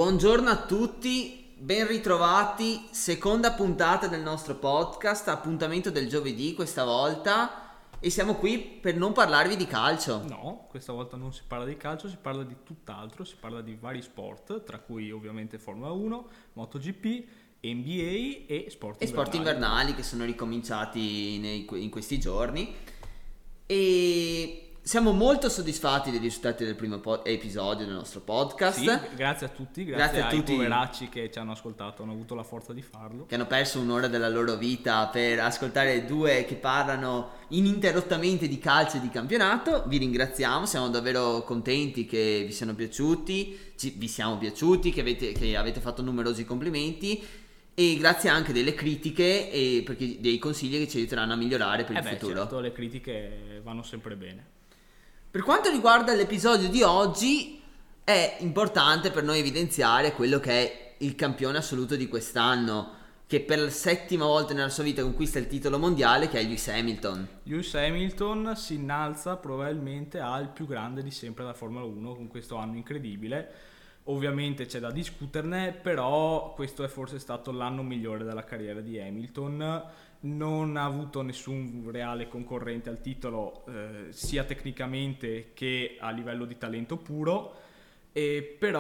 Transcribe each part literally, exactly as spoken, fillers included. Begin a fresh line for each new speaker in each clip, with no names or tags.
Buongiorno a tutti, ben ritrovati, seconda puntata del nostro podcast, appuntamento del giovedì questa volta e siamo qui per non parlarvi di calcio.
No, questa volta non si parla di calcio, si parla di tutt'altro, si parla di vari sport, tra cui ovviamente Formula uno, MotoGP, N B A e sport
E
invernali.
sport invernali che sono ricominciati nei- in questi giorni e siamo molto soddisfatti dei risultati del primo po- episodio del nostro podcast.
Sì, grazie a tutti, grazie,
Grazie a
ai
tutti.
poveracci che ci hanno ascoltato, hanno avuto la forza di farlo.
Che hanno perso un'ora della loro vita per ascoltare due che parlano ininterrottamente di calcio e di campionato. Vi ringraziamo, siamo davvero contenti che vi siano piaciuti, ci- vi siamo piaciuti, che avete, che avete fatto numerosi complimenti e grazie anche delle critiche e perché dei consigli che ci aiuteranno a migliorare per
Eh
il
beh,
futuro.
certo, le critiche vanno sempre bene.
Per quanto riguarda l'episodio di oggi, è importante per noi evidenziare quello che è il campione assoluto di quest'anno, che per la settima volta nella sua vita conquista il titolo mondiale, che è Lewis Hamilton.
Lewis Hamilton si innalza probabilmente al più grande di sempre della Formula uno con questo anno incredibile. Ovviamente c'è da discuterne, però questo è forse stato l'anno migliore della carriera di Hamilton. Non ha avuto nessun reale concorrente al titolo, eh, sia tecnicamente che a livello di talento puro. E però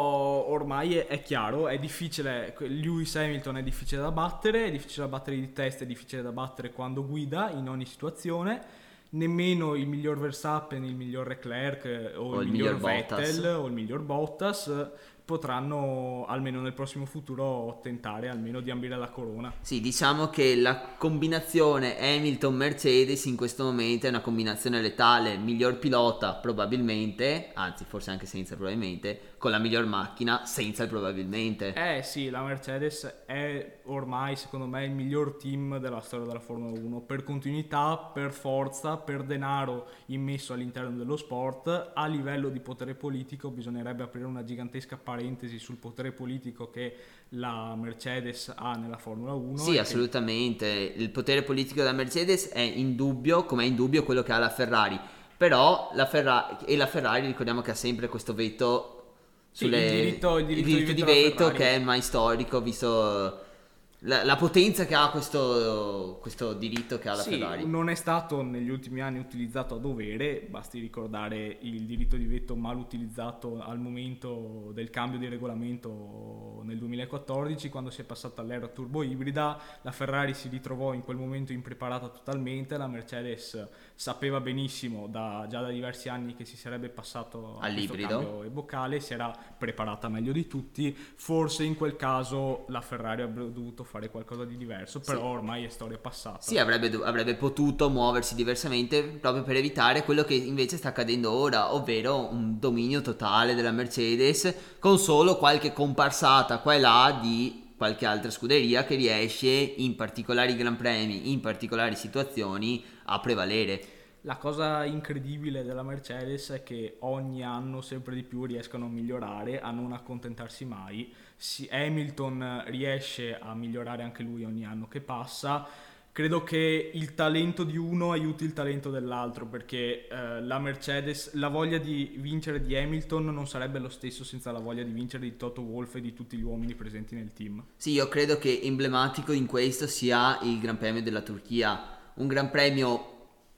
ormai è, è chiaro, è difficile, Lewis Hamilton è difficile da battere, è difficile da battere di testa, è difficile da battere quando guida in ogni situazione. Nemmeno il miglior Verstappen, il miglior Leclerc eh, o,
O
il,
il
miglior,
miglior
Vettel
Bottas.
o il miglior Bottas eh, potranno almeno nel prossimo futuro tentare almeno di ambire la corona.
Sì, diciamo che la combinazione Hamilton-Mercedes in questo momento è una combinazione letale, miglior pilota probabilmente, anzi forse anche senza probabilmente, con la miglior macchina senza il probabilmente.
Eh sì, la Mercedes è ormai secondo me il miglior team della storia della Formula uno per continuità, per forza, per denaro immesso all'interno dello sport. A livello di potere politico bisognerebbe aprire una gigantesca parentesi sul potere politico che la Mercedes ha nella Formula uno.
Sì,
e che-
assolutamente. Il potere politico della Mercedes è indubbio, come è indubbio quello che ha la Ferrari. Però la Ferrari e la Ferrari ricordiamo che ha sempre questo veto
Sì,
sulle
il diritto- il diritto di
di
veto alla
veto
Ferrari.
che è mai storico, visto la, la potenza che ha questo, questo diritto che ha la
Sì,
Ferrari.
non è stato negli ultimi anni utilizzato a dovere, basti ricordare il diritto di veto mal utilizzato al momento del cambio di regolamento nel duemilaquattordici, quando si è passata all'era turbo ibrida. La Ferrari si ritrovò in quel momento impreparata totalmente, la Mercedes sapeva benissimo da, già da diversi anni che si sarebbe passato a
All'ibrido.
questo cambio epocale, si era preparata meglio di tutti. Forse in quel caso la Ferrari avrebbe dovuto fare qualcosa di diverso, però
Sì.
ormai è storia passata.
Sì, avrebbe, do- avrebbe potuto muoversi diversamente proprio per evitare quello che invece sta accadendo ora, ovvero un dominio totale della Mercedes con solo qualche comparsata qua e là di qualche altra scuderia che riesce in particolari gran premi, in particolari situazioni a prevalere.
La cosa incredibile della Mercedes è che ogni anno sempre di più riescono a migliorare, a non accontentarsi mai. Si- Hamilton riesce a migliorare anche lui ogni anno che passa. Credo che il talento di uno aiuti il talento dell'altro, perché eh, la Mercedes, la voglia di vincere di Hamilton non sarebbe lo stesso senza la voglia di vincere di Toto Wolff e di tutti gli uomini presenti nel team.
Sì, io credo che emblematico in questo sia il Gran Premio della Turchia, un Gran Premio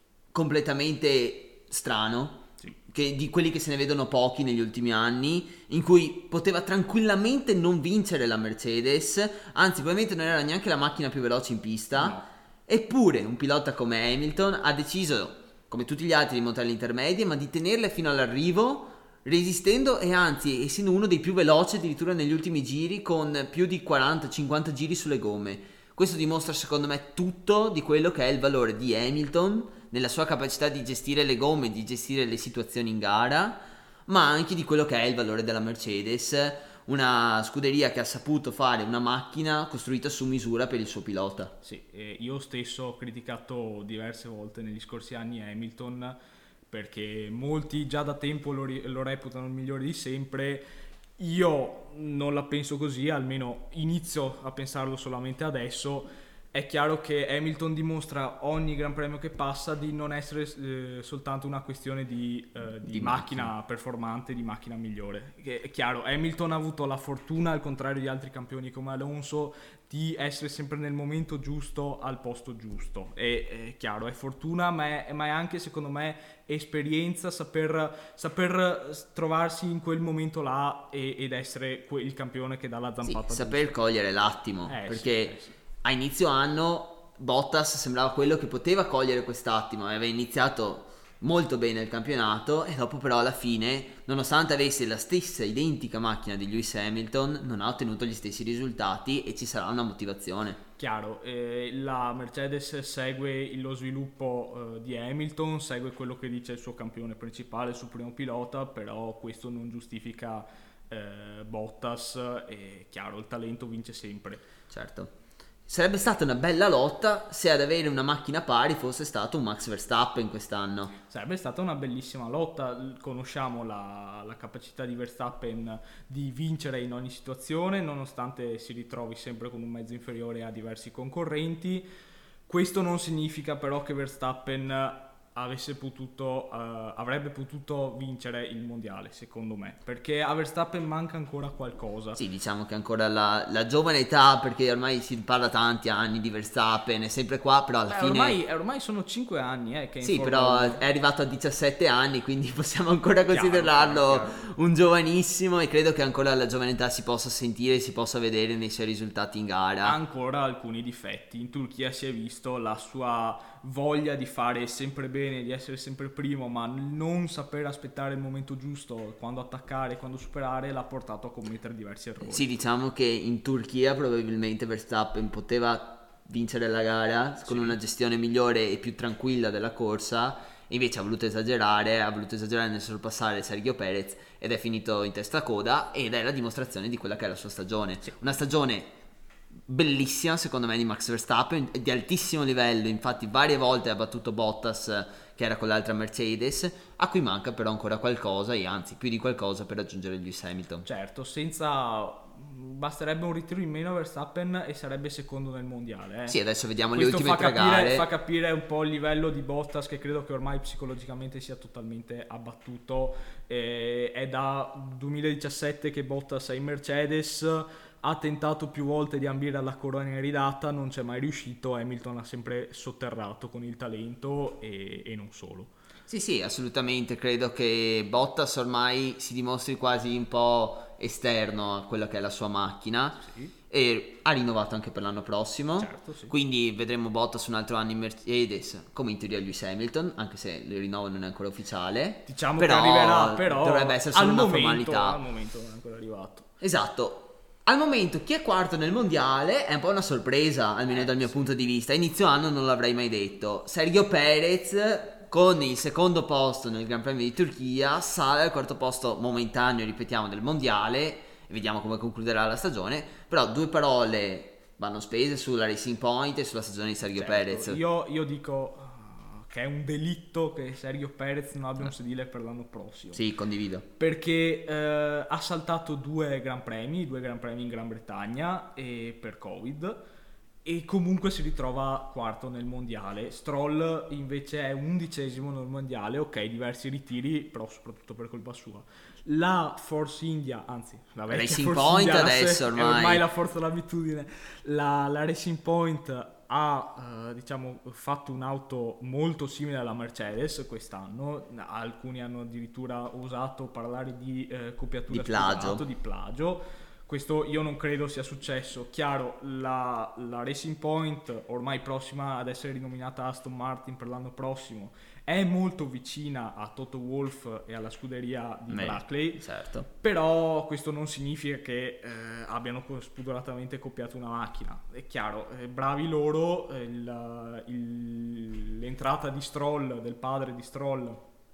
completamente strano,
Sì.
che, di quelli che se ne vedono pochi negli ultimi anni, in cui poteva tranquillamente non vincere la Mercedes, anzi probabilmente non era neanche la macchina più veloce in pista,
No.
eppure un pilota come Hamilton ha deciso, come tutti gli altri, di montare le intermedie, ma di tenerle fino all'arrivo, resistendo e anzi essendo uno dei più veloci addirittura negli ultimi giri, con più di quaranta cinquanta giri sulle gomme. Questo dimostra secondo me tutto di quello che è il valore di Hamilton nella sua capacità di gestire le gomme, di gestire le situazioni in gara, ma anche di quello che è il valore della Mercedes, una scuderia che ha saputo fare una macchina costruita su misura per il suo pilota.
Sì, eh, io stesso ho criticato diverse volte negli scorsi anni Hamilton, perché molti già da tempo lo, ri- lo reputano il migliore di sempre. Io non la penso così, almeno inizio a pensarlo solamente adesso. È chiaro che Hamilton dimostra ogni Gran Premio che passa di non essere eh, soltanto una questione di, eh, di,
Di
macchina,
macchina.
performante, di macchina migliore. Che è chiaro, Hamilton ha avuto la fortuna, al contrario di altri campioni come Alonso, di essere sempre nel momento giusto al posto giusto. E è chiaro, è fortuna, ma è, ma è anche secondo me esperienza, saper, saper trovarsi in quel momento là e, ed essere que- il campione che dà la
Sì,
zampata
saper
giusta.
cogliere l'attimo,
Eh, sì,
perché
eh, sì.
a inizio anno Bottas sembrava quello che poteva cogliere quest'attimo, aveva iniziato molto bene il campionato e dopo però alla fine, nonostante avesse la stessa identica macchina di Lewis Hamilton, non ha ottenuto gli stessi risultati e ci sarà una motivazione.
Chiaro, eh, la Mercedes segue lo sviluppo eh, di Hamilton, segue quello che dice il suo campione principale, il suo primo pilota, però questo non giustifica eh, Bottas e chiaro, il talento vince sempre.
Certo. Sarebbe stata una bella lotta se ad avere una macchina pari fosse stato un Max Verstappen quest'anno.
Sarebbe stata una bellissima lotta, l- conosciamo la, la capacità di Verstappen di vincere in ogni situazione, nonostante si ritrovi sempre con un mezzo inferiore a diversi concorrenti. Questo non significa però che Verstappen avesse potuto, eh, avrebbe potuto vincere il mondiale, secondo me, perché a Verstappen manca ancora qualcosa.
Sì, diciamo che ancora la, la giovane età, perché ormai si parla tanti anni di Verstappen, è sempre qua, però alla
Beh,
fine...
ormai, ormai sono cinque anni eh, che è in
Sì,
Formula
però
uno.
è arrivato a diciassette anni, quindi possiamo ancora
Chiaro,
considerarlo
chiaro, chiaro.
un giovanissimo e credo che ancora la giovane età si possa sentire, si possa vedere nei suoi risultati in gara.
Ha ancora alcuni difetti. In Turchia si è visto la sua voglia di fare sempre bene, di essere sempre primo, ma non saper aspettare il momento giusto, quando attaccare, quando superare, l'ha portato a commettere diversi errori.
Sì, diciamo che in Turchia probabilmente Verstappen poteva vincere la gara con
Sì.
una gestione migliore e più tranquilla della corsa, e invece ha voluto esagerare, ha voluto esagerare nel sorpassare Sergio Perez ed è finito in testa a coda, ed è la dimostrazione di quella che è la sua stagione.
Sì.
Una stagione bellissima secondo me di Max Verstappen, di altissimo livello, infatti varie volte ha battuto Bottas che era con l'altra Mercedes, a cui manca però ancora qualcosa, e anzi più di qualcosa, per raggiungere Lewis Hamilton.
Certo, senza... basterebbe un ritiro in meno a Verstappen e sarebbe secondo nel mondiale. Eh.
Sì, adesso vediamo le
Questo
ultime
fa
tre
capire,
gare.
fa capire un po' il livello di Bottas, che credo che ormai psicologicamente sia totalmente abbattuto. Eh, è da duemiladiciassette che Bottas è in Mercedes, ha tentato più volte di ambire alla corona iridata, non c'è mai riuscito. Hamilton ha sempre sotterrato con il talento e, e non solo.
Sì, sì, assolutamente, credo che Bottas ormai si dimostri quasi un po' esterno a quella che è la sua macchina.
Sì.
E ha rinnovato anche per l'anno prossimo,
Certo, sì.
quindi vedremo Bottas un altro anno in Mercedes, come in teoria Lewis Hamilton, anche se il rinnovo non è ancora ufficiale.
Diciamo
però
che arriverà, però
dovrebbe essere solo
al
una
momento,
formalità.
al momento non è ancora arrivato.
Esatto. Al momento chi è quarto nel mondiale è un po' una sorpresa, almeno dal mio punto di vista. Inizio anno non l'avrei mai detto. Sergio Perez, con il secondo posto nel Gran Premio di Turchia, sale al quarto posto momentaneo, ripetiamo, del mondiale. Vediamo come concluderà la stagione. Però due parole vanno spese sulla Racing Point e sulla stagione di Sergio
Certo,
Perez.
Io, io dico uh, che è un delitto che Sergio Perez non abbia un sedile per l'anno prossimo.
Sì, condivido.
Perché eh, ha saltato due Gran Premi, due Gran Premi in Gran Bretagna e per Covid, e comunque si ritrova quarto nel mondiale. Stroll invece è undicesimo nel mondiale, ok, diversi ritiri, però soprattutto per colpa sua. La Force India, anzi la vecchia
Racing
Force
Point
India,
adesso
è
ormai.
ormai la forza dell'abitudine. La, la Racing Point ha eh, diciamo fatto un'auto molto simile alla Mercedes quest'anno. Alcuni hanno addirittura osato parlare di eh, copiatura
Di plagio.
scusato, di plagio. Questo io non credo sia successo. Chiaro, la, la Racing Point, ormai prossima ad essere rinominata Aston Martin per l'anno prossimo, è molto vicina a Toto Wolff e alla scuderia di
Beh,
Brackley.
certo.
Però questo non significa che eh, abbiano spudoratamente copiato una macchina. È chiaro, eh, bravi loro, eh, il- il- l'entrata di Stroll, del padre di Stroll,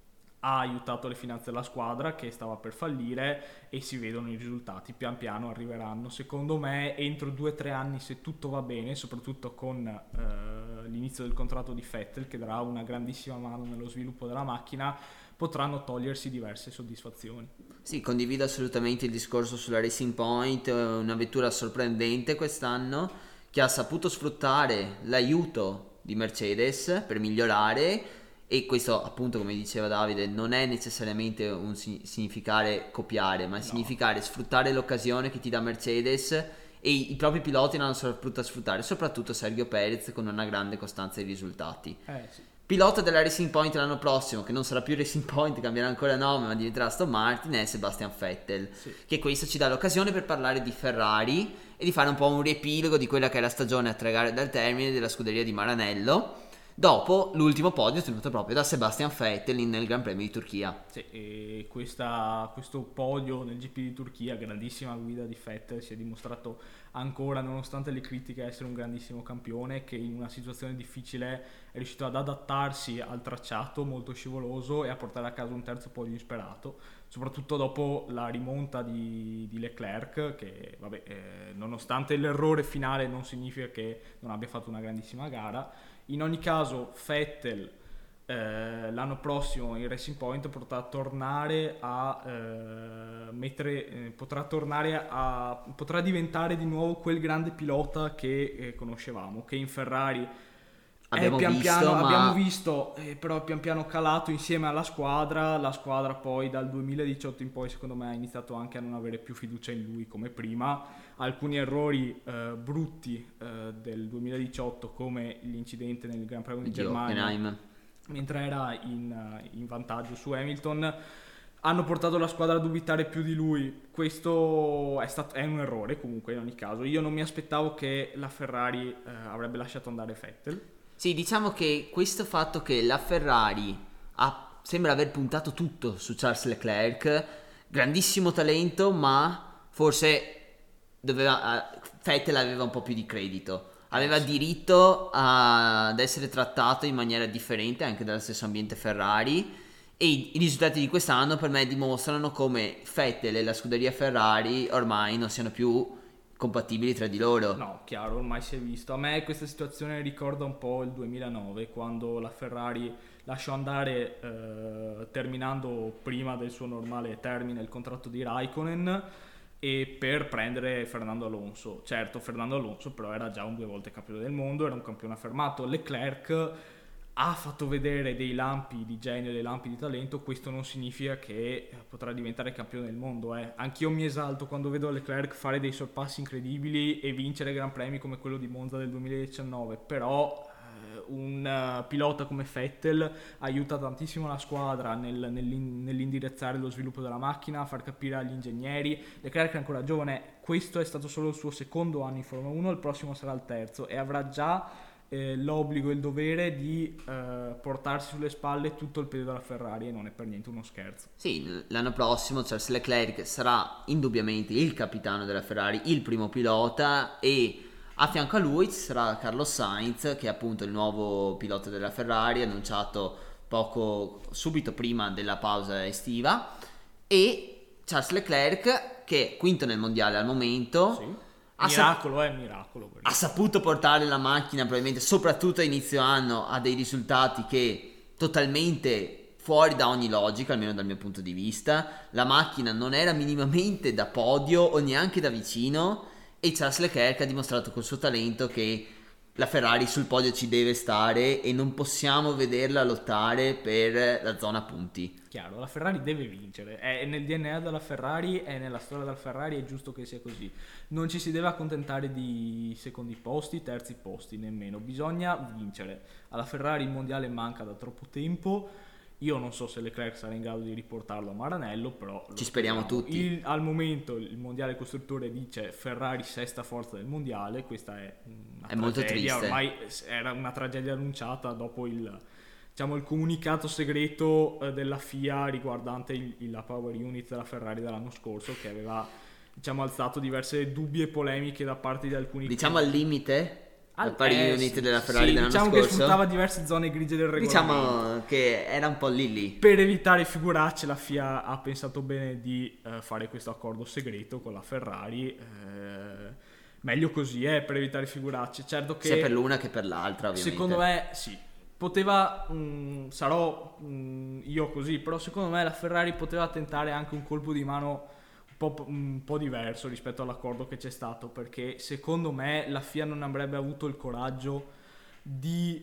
ha aiutato le finanze della squadra che stava per fallire, e si vedono i risultati, pian piano arriveranno. Secondo me entro due o tre anni, se tutto va bene, soprattutto con eh, l'inizio del contratto di Vettel, che darà una grandissima mano nello sviluppo della macchina, potranno togliersi diverse soddisfazioni.
Sì, condivido assolutamente il discorso sulla Racing Point, eh, una vettura sorprendente quest'anno che ha saputo sfruttare l'aiuto di Mercedes per migliorare, e questo appunto, come diceva Davide, non è necessariamente un si- significare copiare, ma
No.
significare sfruttare l'occasione che ti dà Mercedes, e i, i propri piloti l'hanno saputo sfruttare, soprattutto Sergio Perez con una grande costanza di risultati.
Eh, sì.
Pilota della Racing Point l'anno prossimo, che non sarà più Racing Point, cambierà ancora nome, ma diventerà Aston Martin, è Sebastian Vettel.
Sì.
Che questo ci dà l'occasione per parlare di Ferrari e di fare un po' un riepilogo di quella che è la stagione a tre gare dal termine della scuderia di Maranello, dopo l'ultimo podio ottenuto proprio da Sebastian Vettel nel Gran Premio di Turchia.
Sì, e questa, questo podio nel G P di Turchia, grandissima guida di Vettel, si è dimostrato ancora, nonostante le critiche, essere un grandissimo campione che in una situazione difficile è riuscito ad adattarsi al tracciato molto scivoloso e a portare a casa un terzo podio insperato, soprattutto dopo la rimonta di, di Leclerc, che vabbè, eh, nonostante l'errore finale non significa che non abbia fatto una grandissima gara. In ogni caso Vettel eh, l'anno prossimo in Racing Point potrà tornare a eh, mettere eh, potrà tornare a potrà diventare di nuovo quel grande pilota che eh, conoscevamo, che in Ferrari
Abbiamo
è pian
visto,
piano,
ma
abbiamo visto eh, però pian piano calato insieme alla squadra. La squadra poi dal duemiladiciotto in poi secondo me ha iniziato anche a non avere più fiducia in lui come prima. Alcuni errori eh, brutti eh, del duemiladiciotto, come l'incidente nel Gran Premio di
di
Germania
Hockenheim.
mentre era in, in vantaggio su Hamilton, hanno portato la squadra a dubitare più di lui. Questo è, stato, è un errore comunque in ogni caso. Io non mi aspettavo che la Ferrari eh, avrebbe lasciato andare Vettel.
Sì, diciamo che questo fatto che la Ferrari ha, sembra aver puntato tutto su Charles Leclerc, grandissimo talento, ma forse doveva, eh, Vettel aveva un po' più di credito, aveva diritto a- ad essere trattato in maniera differente anche dallo stesso ambiente Ferrari, e i, i risultati di quest'anno per me dimostrano come Vettel e la scuderia Ferrari ormai non siano più compatibili tra di loro.
No, chiaro, ormai si è visto. A me questa situazione ricorda un po' il duemilanove, quando la Ferrari lasciò andare, eh, terminando prima del suo normale termine, il contratto di Raikkonen, e per prendere Fernando Alonso. Certo, Fernando Alonso però era già un due volte campione del mondo, era un campione affermato. Leclerc ha fatto vedere dei lampi di genio, dei lampi di talento. Questo non significa che potrà diventare campione del mondo. Eh. Anch'io mi esalto quando vedo Leclerc fare dei sorpassi incredibili e vincere gran premi come quello di Monza del duemiladiciannove, però eh, un uh, pilota come Vettel aiuta tantissimo la squadra nel, nell'in, nell'indirizzare lo sviluppo della macchina, a far capire agli ingegneri. Leclerc è ancora giovane, questo è stato solo il suo secondo anno in Formula uno, il prossimo sarà il terzo e avrà già Eh, l'obbligo e il dovere di eh, portarsi sulle spalle tutto il peso della Ferrari, e non è per niente uno scherzo.
Sì, l'anno prossimo Charles Leclerc sarà indubbiamente il capitano della Ferrari, il primo pilota, e a fianco a lui ci sarà Carlos Sainz, che è appunto il nuovo pilota della Ferrari, annunciato poco subito prima della pausa estiva, e Charles Leclerc, che è quinto nel mondiale al momento.
Sì.
Ha
Miracolo, è miracolo.
ha saputo portare la macchina, probabilmente soprattutto a inizio anno, a dei risultati che totalmente fuori da ogni logica, almeno dal mio punto di vista. La macchina non era minimamente da podio o neanche da vicino, e Charles Leclerc ha dimostrato col suo talento che la Ferrari sul podio ci deve stare e non possiamo vederla lottare per la zona punti.
Chiaro, la Ferrari deve vincere, è nel D N A della Ferrari, è nella storia della Ferrari, è giusto che sia così. Non ci si deve accontentare di secondi posti, terzi posti nemmeno, bisogna vincere. Alla Ferrari il mondiale manca da troppo tempo. Io non so se Leclerc sarà in grado di riportarlo a Maranello, però
Ci speriamo
speriamo.
tutti.
Il- al momento il mondiale costruttore dice Ferrari sesta forza del mondiale. Questa è una
È molto
tragedia,
triste.
ormai era una tragedia annunciata dopo il, diciamo, il comunicato segreto eh, della F I A riguardante il, il- la Power Unit della Ferrari dell'anno scorso, che aveva, diciamo, alzato diverse dubbie polemiche da parte di alcuni.
Diciamo al limite
Al-
al pari
eh,
unit
sì,
della Ferrari
sì,
dell'anno
diciamo
scorso.
che sfruttava diverse zone grigie del regolamento.
Diciamo che era un po' lì lì.
Per evitare figuracce, la F I A ha pensato bene di eh, fare questo accordo segreto con la Ferrari. eh, meglio così, eh, per evitare figuracce. Certo che
Sia per l'una che per l'altra, ovviamente.
secondo me sì. Poteva, mh, sarò mh, io così, però secondo me la Ferrari poteva tentare anche un colpo di mano un po', un po' diverso rispetto all'accordo che c'è stato, perché secondo me la F I A non avrebbe avuto il coraggio di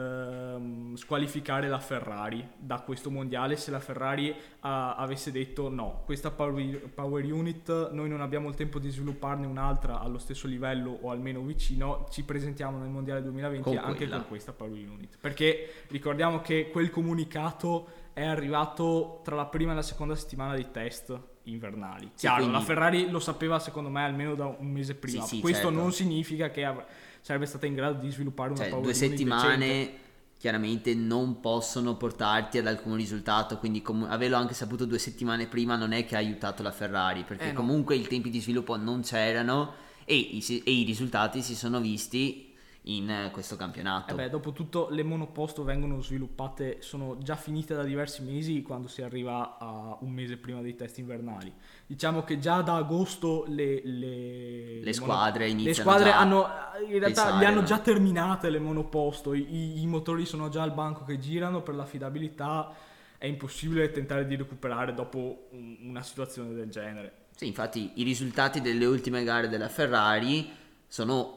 ehm, squalificare la Ferrari da questo mondiale se la Ferrari a, avesse detto no, questa power, power unit noi non abbiamo il tempo di svilupparne un'altra allo stesso livello o almeno vicino, ci presentiamo nel mondiale duemilaventi con anche quella. Con questa power unit, perché ricordiamo che quel comunicato è arrivato tra la prima e la seconda settimana di test invernali. Sì, chiaro, quindi... la Ferrari lo sapeva secondo me almeno da un mese prima. Sì, sì, questo certo. Non significa che av- sarebbe stata in grado di sviluppare una
cioè,
power
due
unit
settimane
decente.
Chiaramente non possono portarti ad alcun risultato, quindi com- averlo anche saputo due settimane prima non è che ha aiutato la Ferrari, perché eh no. comunque i tempi di sviluppo non c'erano e i, e i risultati si sono visti in questo campionato.
Eh beh, dopo tutto le monoposto vengono sviluppate, sono già finite da diversi mesi quando si arriva a un mese prima dei test invernali. Diciamo che già da agosto le, le,
le squadre
mono,
iniziano
le squadre
già
hanno in realtà
pensare,
le hanno
no?
già terminate le monoposto, I, i, i motori sono già al banco che girano, per l'affidabilità è impossibile tentare di recuperare dopo un, una situazione del genere.
Sì, infatti i risultati delle ultime gare della Ferrari sono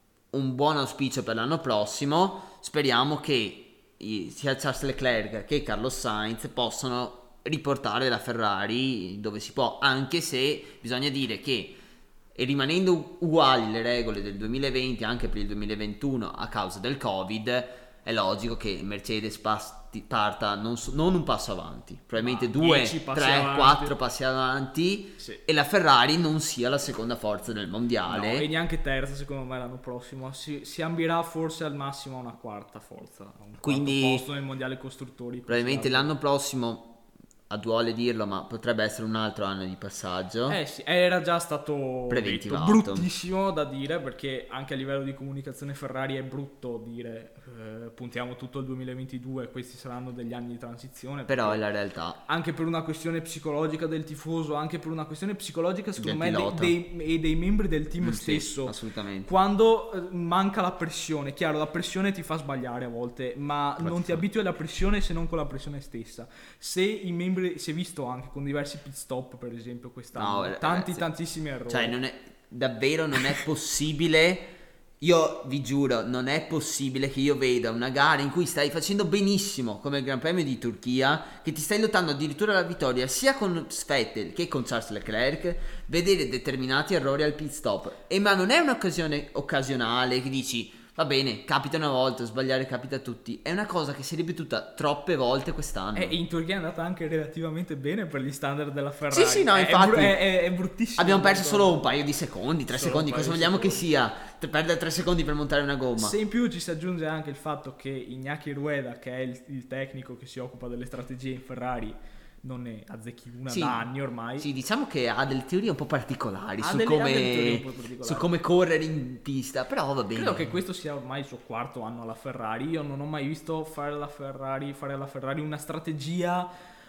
un buon auspicio per l'anno prossimo. Speriamo che sia Charles Leclerc che Carlos Sainz possano riportare la Ferrari dove si può, anche se bisogna dire che, e rimanendo uguali le regole del duemilaventi anche per il duemilaventuno a causa del Covid, è logico che Mercedes pasti, parta non, so, non un passo avanti, probabilmente due, tre, quattro passi avanti, sì. E la Ferrari non sia la seconda forza del mondiale.
No, e neanche terza secondo me l'anno prossimo, si, si ambirà forse al massimo a una quarta forza, a un
quindi
quarto posto nel mondiale costruttori.
Probabilmente l'anno prossimo, a duole dirlo, ma potrebbe essere un altro anno di passaggio.
Eh sì, era già stato detto, bruttissimo da dire, perché anche a livello di comunicazione Ferrari è brutto dire eh, puntiamo tutto al duemilaventidue, questi saranno degli anni di transizione.
Però è la realtà.
Anche per una questione psicologica del tifoso, anche per una questione psicologica secondo me dei, dei, e dei membri del team mm, stesso.
Sì, assolutamente.
Quando eh, manca la pressione, chiaro, la pressione ti fa sbagliare a volte, ma non ti abitui alla pressione se non con la pressione stessa. Se i membri, si è visto anche con diversi pit stop per esempio quest'anno, no, tanti ragazzi, tantissimi errori,
cioè non è davvero non è possibile. Io vi giuro, non è possibile che io veda una gara in cui stai facendo benissimo come il Gran Premio di Turchia, che ti stai lottando addirittura la vittoria sia con Vettel che con Charles Leclerc, vedere determinati errori al pit stop. E ma non è un'occasione occasionale che dici va bene, capita una volta, sbagliare capita a tutti. È una cosa che si è ripetuta troppe volte quest'anno.
E in Turchia è andata anche relativamente bene per gli standard della Ferrari.
Sì, sì, no, infatti.
È, è, è bruttissimo.
Abbiamo perso solo un paio di secondi, tre secondi, cosa vogliamo secondi. Che sia? Perdere tre secondi per montare una gomma.
Se in più ci si aggiunge anche il fatto che Iñaki Rueda, che è il, il tecnico che si occupa delle strategie in Ferrari, non ne azzecchi una sì, da anni ormai.
Sì, diciamo che ha delle teorie un po' particolari,
ha
su,
delle,
come,
delle particolari.
su come correre in pista, però va bene.
Credo che questo sia ormai il suo quarto anno alla Ferrari. Io non ho mai visto fare alla Ferrari, fare alla Ferrari una strategia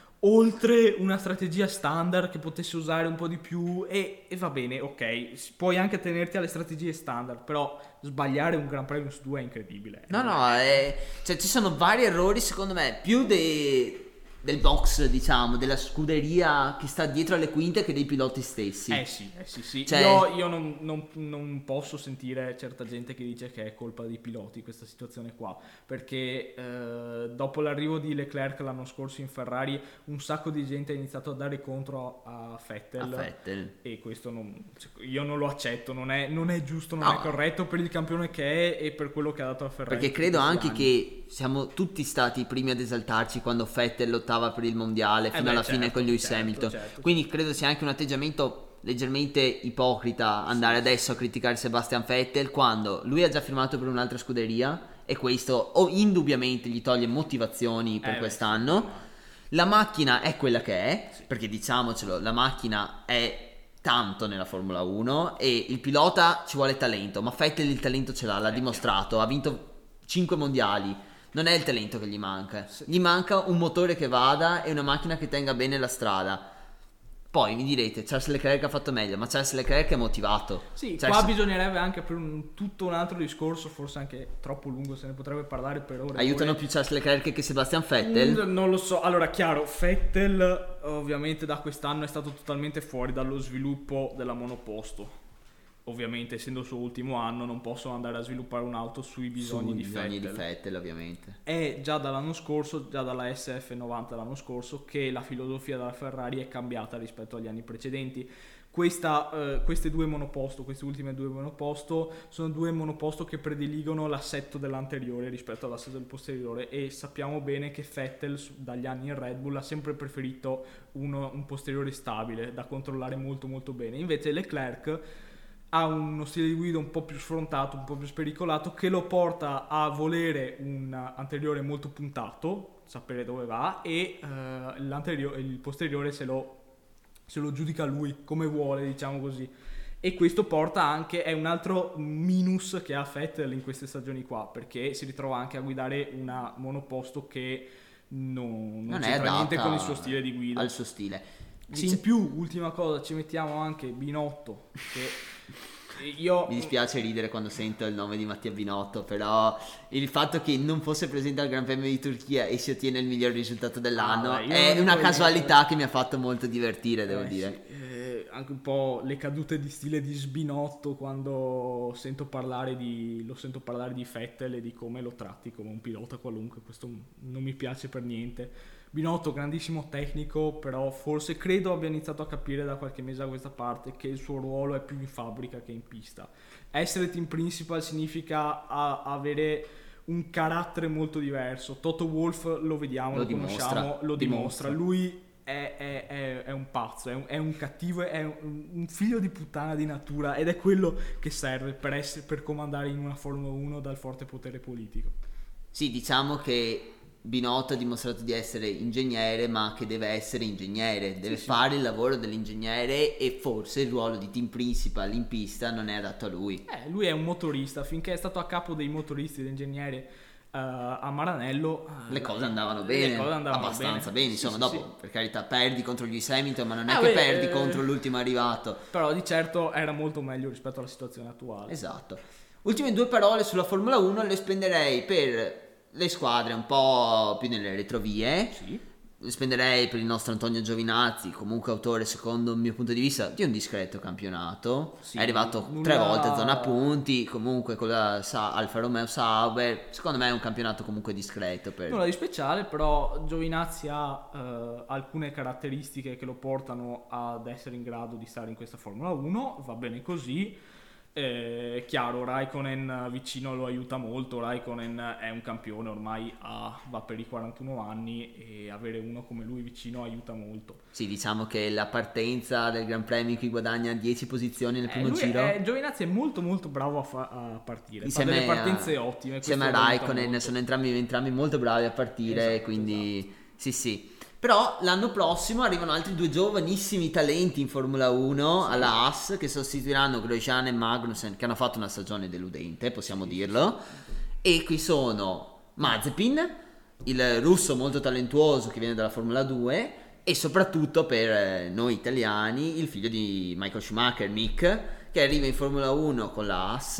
oltre una strategia standard che potesse usare un po' di più e, e va bene, ok, puoi anche tenerti alle strategie standard, però sbagliare un Gran Premio su due è incredibile.
No, no, è, cioè ci sono vari errori secondo me, più dei... del box, diciamo, della scuderia che sta dietro alle quinte che dei piloti stessi.
Eh sì, eh sì, sì.
Cioè...
Io, io non, non, non posso sentire certa gente che dice che è colpa dei piloti questa situazione qua, perché eh, dopo l'arrivo di Leclerc l'anno scorso in Ferrari un sacco di gente ha iniziato a dare contro a Vettel,
a Vettel.
E questo non, io non lo accetto, non è, non è giusto, non no. è corretto per il campione che è e per quello che ha dato a Ferrari.
Perché credo anche anni. Che siamo tutti stati i primi ad esaltarci quando Vettel lottava per il mondiale fino eh beh, alla certo, fine con Lewis
certo,
Hamilton
certo.
Quindi credo sia anche un atteggiamento leggermente ipocrita andare sì, adesso a criticare Sebastian Vettel quando lui ha già firmato per un'altra scuderia e questo oh, indubbiamente gli toglie motivazioni per eh quest'anno beh, sì. La macchina è quella che è sì. Perché diciamocelo, la macchina è tanto nella Formula uno e il pilota ci vuole talento, ma Vettel il talento ce l'ha, l'ha dimostrato, ha vinto cinque mondiali. Non è il talento che gli manca, gli manca un motore che vada e una macchina che tenga bene la strada. Poi mi direte, Charles Leclerc ha fatto meglio, ma Charles Leclerc è motivato.
Sì,
Charles...
qua bisognerebbe anche per un, tutto un altro discorso, forse anche troppo lungo, se ne potrebbe parlare per ore.
Aiutano
ore.
più Charles Leclerc che Sebastian Vettel?
Mm, non lo so, allora chiaro, Vettel ovviamente da quest'anno è stato totalmente fuori dallo sviluppo della monoposto. Ovviamente essendo il suo ultimo anno non possono andare a sviluppare un'auto sui bisogni,
Sui
di,
bisogni
Vettel.
di Vettel ovviamente.
È già dall'anno scorso, già dalla S F novanta l'anno scorso, che la filosofia della Ferrari è cambiata rispetto agli anni precedenti. Questa, eh, queste due monoposto, queste ultime due monoposto, sono due monoposto che prediligono l'assetto dell'anteriore rispetto all'assetto del posteriore, e sappiamo bene che Vettel dagli anni in Red Bull ha sempre preferito uno, un posteriore stabile da controllare molto molto bene. Invece Leclerc ha uno stile di guida un po' più sfrontato, un po' più spericolato, che lo porta a volere un anteriore molto puntato, sapere dove va, e eh, l'anteriore, il posteriore se lo, se lo giudica lui come vuole, diciamo così. E questo porta anche, è un altro minus che ha Vettel in queste stagioni qua, perché si ritrova anche a guidare una monoposto che non, non,
Non è
c'entra niente
adatta
con il suo stile di guida.
al suo stile.
Sì, in più, ultima cosa, ci mettiamo anche Binotto, che io...
Mi dispiace ridere quando sento il nome di Mattia Binotto, però il fatto che non fosse presente al Gran Premio di Turchia e si ottiene il miglior risultato dell'anno
Ah, beh, io
è
non
una
voglio
casualità
dire-
che mi ha fatto molto divertire, devo
Eh,
dire.
sì, eh, anche un po' le cadute di stile di Sbinotto quando sento parlare di, lo sento parlare di Vettel e di come lo tratti come un pilota qualunque, questo non mi piace per niente. Binotto, grandissimo tecnico, però forse credo abbia iniziato a capire da qualche mese a questa parte che il suo ruolo è più in fabbrica che in pista. Essere team principal significa a- avere un carattere molto diverso. Toto Wolff lo vediamo,
Lo
lo,
dimostra,
conosciamo, lo
dimostra.
dimostra. Lui è, è- è- è un pazzo, è un, è un cattivo, è un, un figlio di puttana di natura, ed è quello che serve per, essere, per comandare in una Formula uno dal forte potere politico.
Sì, diciamo che Binotto ha dimostrato di essere ingegnere, ma che deve essere ingegnere, deve
Sì, sì.
fare il lavoro dell'ingegnere, e forse il ruolo di team principal in pista non è adatto a lui.
Eh, lui è un motorista, finché è stato a capo dei motoristi ed ingegneri eh, a Maranello eh,
Le cose andavano
le
bene,
cose andavano
abbastanza
bene,
bene,
Sì,
insomma,
sì,
dopo
sì.
per carità perdi contro Lewis Hamilton, ma non è
Ah,
che
beh,
perdi
eh,
contro l'ultimo arrivato.
Però di certo era molto meglio rispetto alla situazione attuale.
Esatto. Ultime due parole sulla Formula uno le spenderei per le squadre un po' più nelle retrovie.
Sì.
Le spenderei per il nostro Antonio Giovinazzi, comunque autore, secondo il mio punto di vista, di un discreto campionato.
Sì,
È arrivato
nulla-
tre volte a zona punti, comunque con la Sa- Alfa Romeo Sauber. Secondo me è un campionato comunque discreto per...
Nulla di speciale, però Giovinazzi ha eh, alcune caratteristiche che lo portano ad essere in grado di stare in questa Formula uno, va bene così. Eh, chiaro, Raikkonen vicino lo aiuta molto. Raikkonen è un campione, ormai ha- va per i quarantuno anni, e avere uno come lui vicino aiuta molto.
Sì, diciamo che la partenza del Gran Premio in cui guadagna dieci posizioni nel
Eh,
primo
lui
giro...
è- Giovinazzi è molto molto bravo a, fa- a partire, fa
Insieme
delle
a-
partenze ottime.
Insieme a
questo aiuta
Raikkonen
molto.
sono entrambi, entrambi molto bravi a partire,
Esatto,
quindi sì sì. Però l'anno prossimo arrivano altri due giovanissimi talenti in Formula uno alla Haas, che sostituiranno Grosjean e Magnussen, che hanno fatto una stagione deludente, possiamo dirlo. E qui sono Mazepin, il russo molto talentuoso che viene dalla Formula due, e soprattutto per eh, noi italiani il figlio di Michael Schumacher, Mick, che arriva in Formula uno con la Haas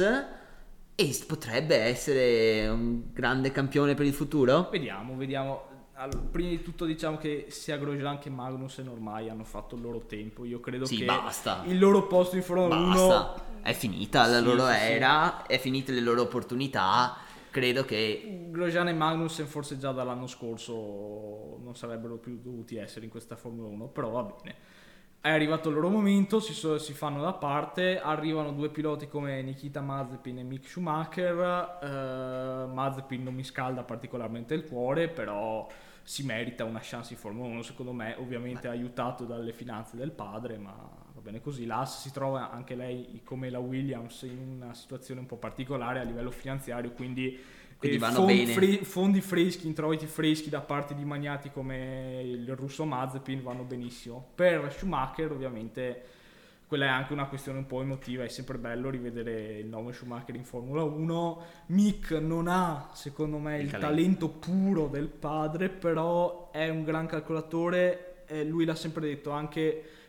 e potrebbe essere un grande campione per il futuro.
Vediamo, vediamo. Allora, prima di tutto diciamo che sia Grosjean che Magnussen ormai hanno fatto il loro tempo. Io credo
Sì,
che
basta.
il loro posto in Formula
Basta,
uno
è finita la
Sì,
loro
sì, sì.
era, è finite le loro opportunità. Credo che
Grosjean e Magnussen forse già dall'anno scorso non sarebbero più dovuti essere in questa Formula uno, però va bene. È arrivato il loro momento, si, so- si fanno da parte, arrivano due piloti come Nikita Mazepin e Mick Schumacher. eh, Mazepin non mi scalda particolarmente il cuore, però si merita una chance in Formula uno, secondo me, ovviamente aiutato dalle finanze del padre, ma va bene così. L'Haas si trova anche lei, come la Williams, in una situazione un po' particolare a livello finanziario, quindi,
Quindi
eh,
vanno
fon-
bene.
fre- fondi freschi, introiti freschi da parte di magnati come il russo Mazepin vanno benissimo. Per Schumacher ovviamente quella è anche una questione un po' emotiva, è sempre bello rivedere il nome Schumacher in Formula uno. Mick non ha, secondo me, il,
Il
talento.
talento.
puro del padre, però è un gran calcolatore, e lui l'ha sempre detto, anche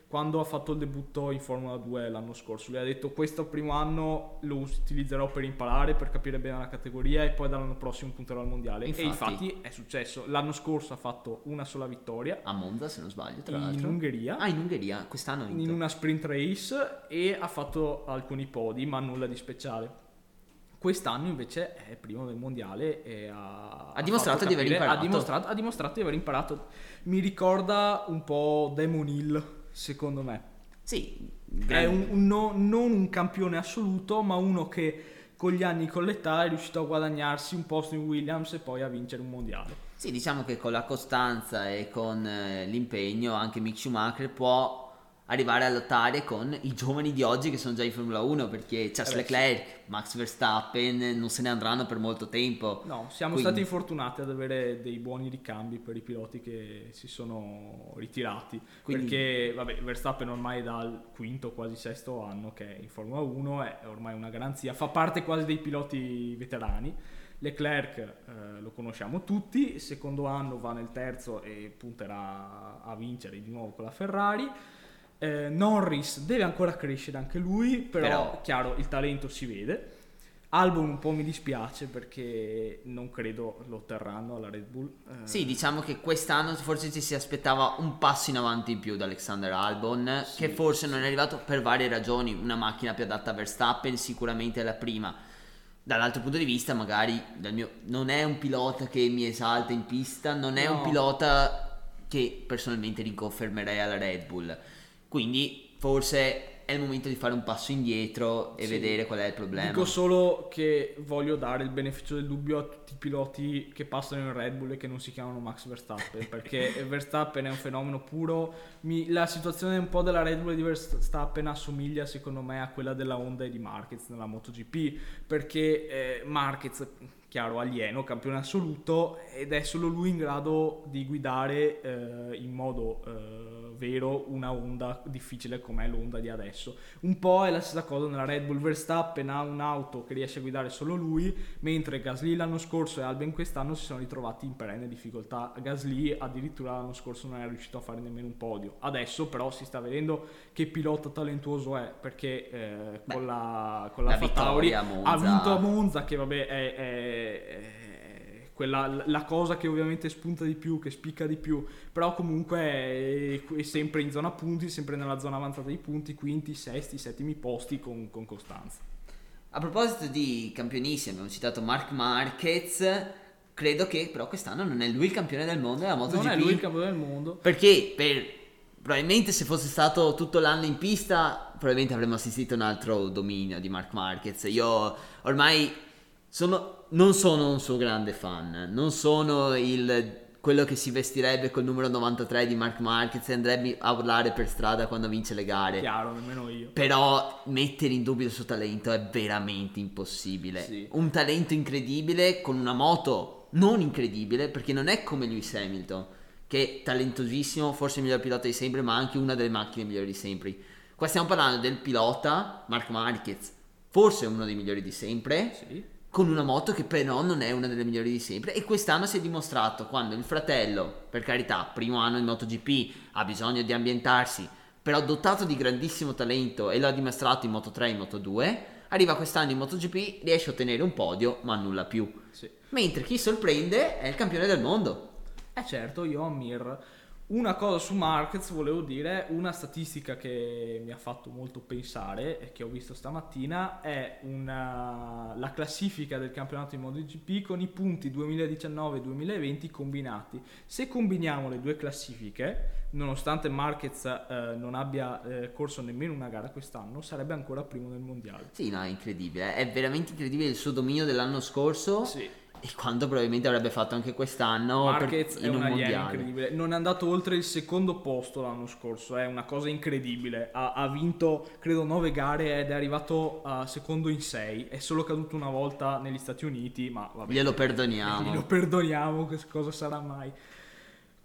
quando ha fatto il debutto in Formula due l'anno scorso. Lui ha detto: questo primo anno lo utilizzerò per imparare, per capire bene la categoria, e poi dall'anno prossimo punterò al mondiale. Infatti, e infatti è successo. L'anno scorso ha fatto una sola vittoria
a Monza, se non sbaglio, tra
in
l'altro.
Ungheria.
Ah, in Ungheria, quest'anno ha vinto.
In una sprint race, e ha fatto alcuni podi, ma nulla di speciale. Quest'anno invece è primo del mondiale e ha,
ha dimostrato di aver imparato.
Ha dimostrato, ha dimostrato di aver imparato. Mi ricorda un po' Damon Hill, secondo me.
Sì,
è un, un no, non un campione assoluto, ma uno che con gli anni, con l'età, è riuscito a guadagnarsi un posto in Williams e poi a vincere un mondiale.
Sì, diciamo che con la costanza e con eh, l'impegno anche Mick Schumacher può arrivare a lottare con i giovani di oggi che sono già in Formula uno, perché Charles eh Leclerc, sì. Max Verstappen non se ne andranno per molto tempo.
No, siamo Quindi... stati fortunati ad avere dei buoni ricambi per i piloti che si sono ritirati. Quindi... perché vabbè, Verstappen ormai dal quinto, quasi sesto anno che è in Formula uno, è ormai una garanzia, fa parte quasi dei piloti veterani. Leclerc eh, lo conosciamo tutti, il secondo anno va nel terzo e punterà a vincere di nuovo con la Ferrari. Eh, Norris deve ancora crescere anche lui, però, però chiaro, il talento si vede. Albon un po' mi dispiace perché non credo lo otterranno alla Red Bull. Eh,
sì, diciamo che quest'anno forse ci si aspettava un passo in avanti in più da Alexander Albon, sì, che forse non è arrivato per varie ragioni. Una macchina più adatta a Verstappen sicuramente è la prima. Dall'altro punto di vista, magari dal mio, non è un pilota che mi esalta in pista, non è no. un pilota che personalmente riconfermerei alla Red Bull. Quindi forse è il momento di fare un passo indietro e sì. vedere qual è il problema.
Dico solo che voglio dare il beneficio del dubbio a tutti i piloti che passano in Red Bull e che non si chiamano Max Verstappen, perché Verstappen è un fenomeno puro. Mi, la situazione un po' della Red Bull e di Verstappen assomiglia secondo me a quella della Honda e di Marquez nella MotoGP, perché eh, Marquez, chiaro, alieno, campione assoluto, ed è solo lui in grado di guidare eh, in modo eh, vero una Honda difficile come è l'Honda di adesso. Un po' è la stessa cosa nella Red Bull. Verstappen ha un'auto che riesce a guidare solo lui, mentre Gasly l'anno scorso e Albon quest'anno si sono ritrovati in perenne difficoltà. Gasly addirittura l'anno scorso non è riuscito a fare nemmeno un podio. Adesso però si sta vedendo che pilota talentuoso è, perché eh, Beh, con la, con la, la Tauri ha vinto a Monza, che vabbè è, è, è quella, la cosa che ovviamente spunta di più, che spicca di più, però comunque è, è sempre in zona punti, sempre nella zona avanzata dei punti, quinti, sesti, settimi posti con, con costanza.
A proposito di campionissimi, abbiamo citato Marc Marquez. Credo che però quest'anno non è lui il campione del mondo della MotoGP.
Non è lui il campione del mondo,
perché per probabilmente se fosse stato tutto l'anno in pista probabilmente avremmo assistito a un altro dominio di Marc Marquez. Io ormai sono, non sono un suo grande fan, non sono il quello che si vestirebbe col numero novantatré di Marc Marquez e andrebbe a urlare per strada quando vince le gare.
Chiaro, nemmeno io.
Però mettere in dubbio il suo talento è veramente impossibile.
Sì.
Un talento incredibile con una moto non incredibile, perché non è come Lewis Hamilton, che è talentosissimo, forse il miglior pilota di sempre, ma anche una delle macchine migliori di sempre. Qua stiamo parlando del pilota Marc Marquez, forse uno dei migliori di sempre,
sì,
con una moto che però non è una delle migliori di sempre, e quest'anno si è dimostrato, quando il fratello, per carità, primo anno in MotoGP, ha bisogno di ambientarsi, però dotato di grandissimo talento, e lo ha dimostrato in Moto tre e in Moto due, arriva quest'anno in MotoGP, riesce a ottenere un podio, ma nulla più.
Sì.
Mentre chi sorprende è il campione del mondo.
Eh certo, Joan Mir. Una cosa su Marquez volevo dire, una statistica che mi ha fatto molto pensare e che ho visto stamattina è una, la classifica del campionato di MotoGP con i punti duemiladiciannove duemilaventi combinati. Se combiniamo le due classifiche, nonostante Marquez eh, non abbia eh, corso nemmeno una gara quest'anno, sarebbe ancora primo nel mondiale.
Sì, no, è incredibile, è veramente incredibile il suo dominio dell'anno scorso.
Sì.
E quanto probabilmente avrebbe fatto anche quest'anno.
Marquez
per,
è
in
un
un
alieno
mondiale
incredibile, non è andato oltre il secondo posto l'anno scorso, è una cosa incredibile, ha, ha vinto credo nove gare ed è arrivato uh, secondo in sei, è solo caduto una volta negli Stati Uniti, ma vabbè,
glielo perdoniamo
glielo perdoniamo, che cosa sarà mai.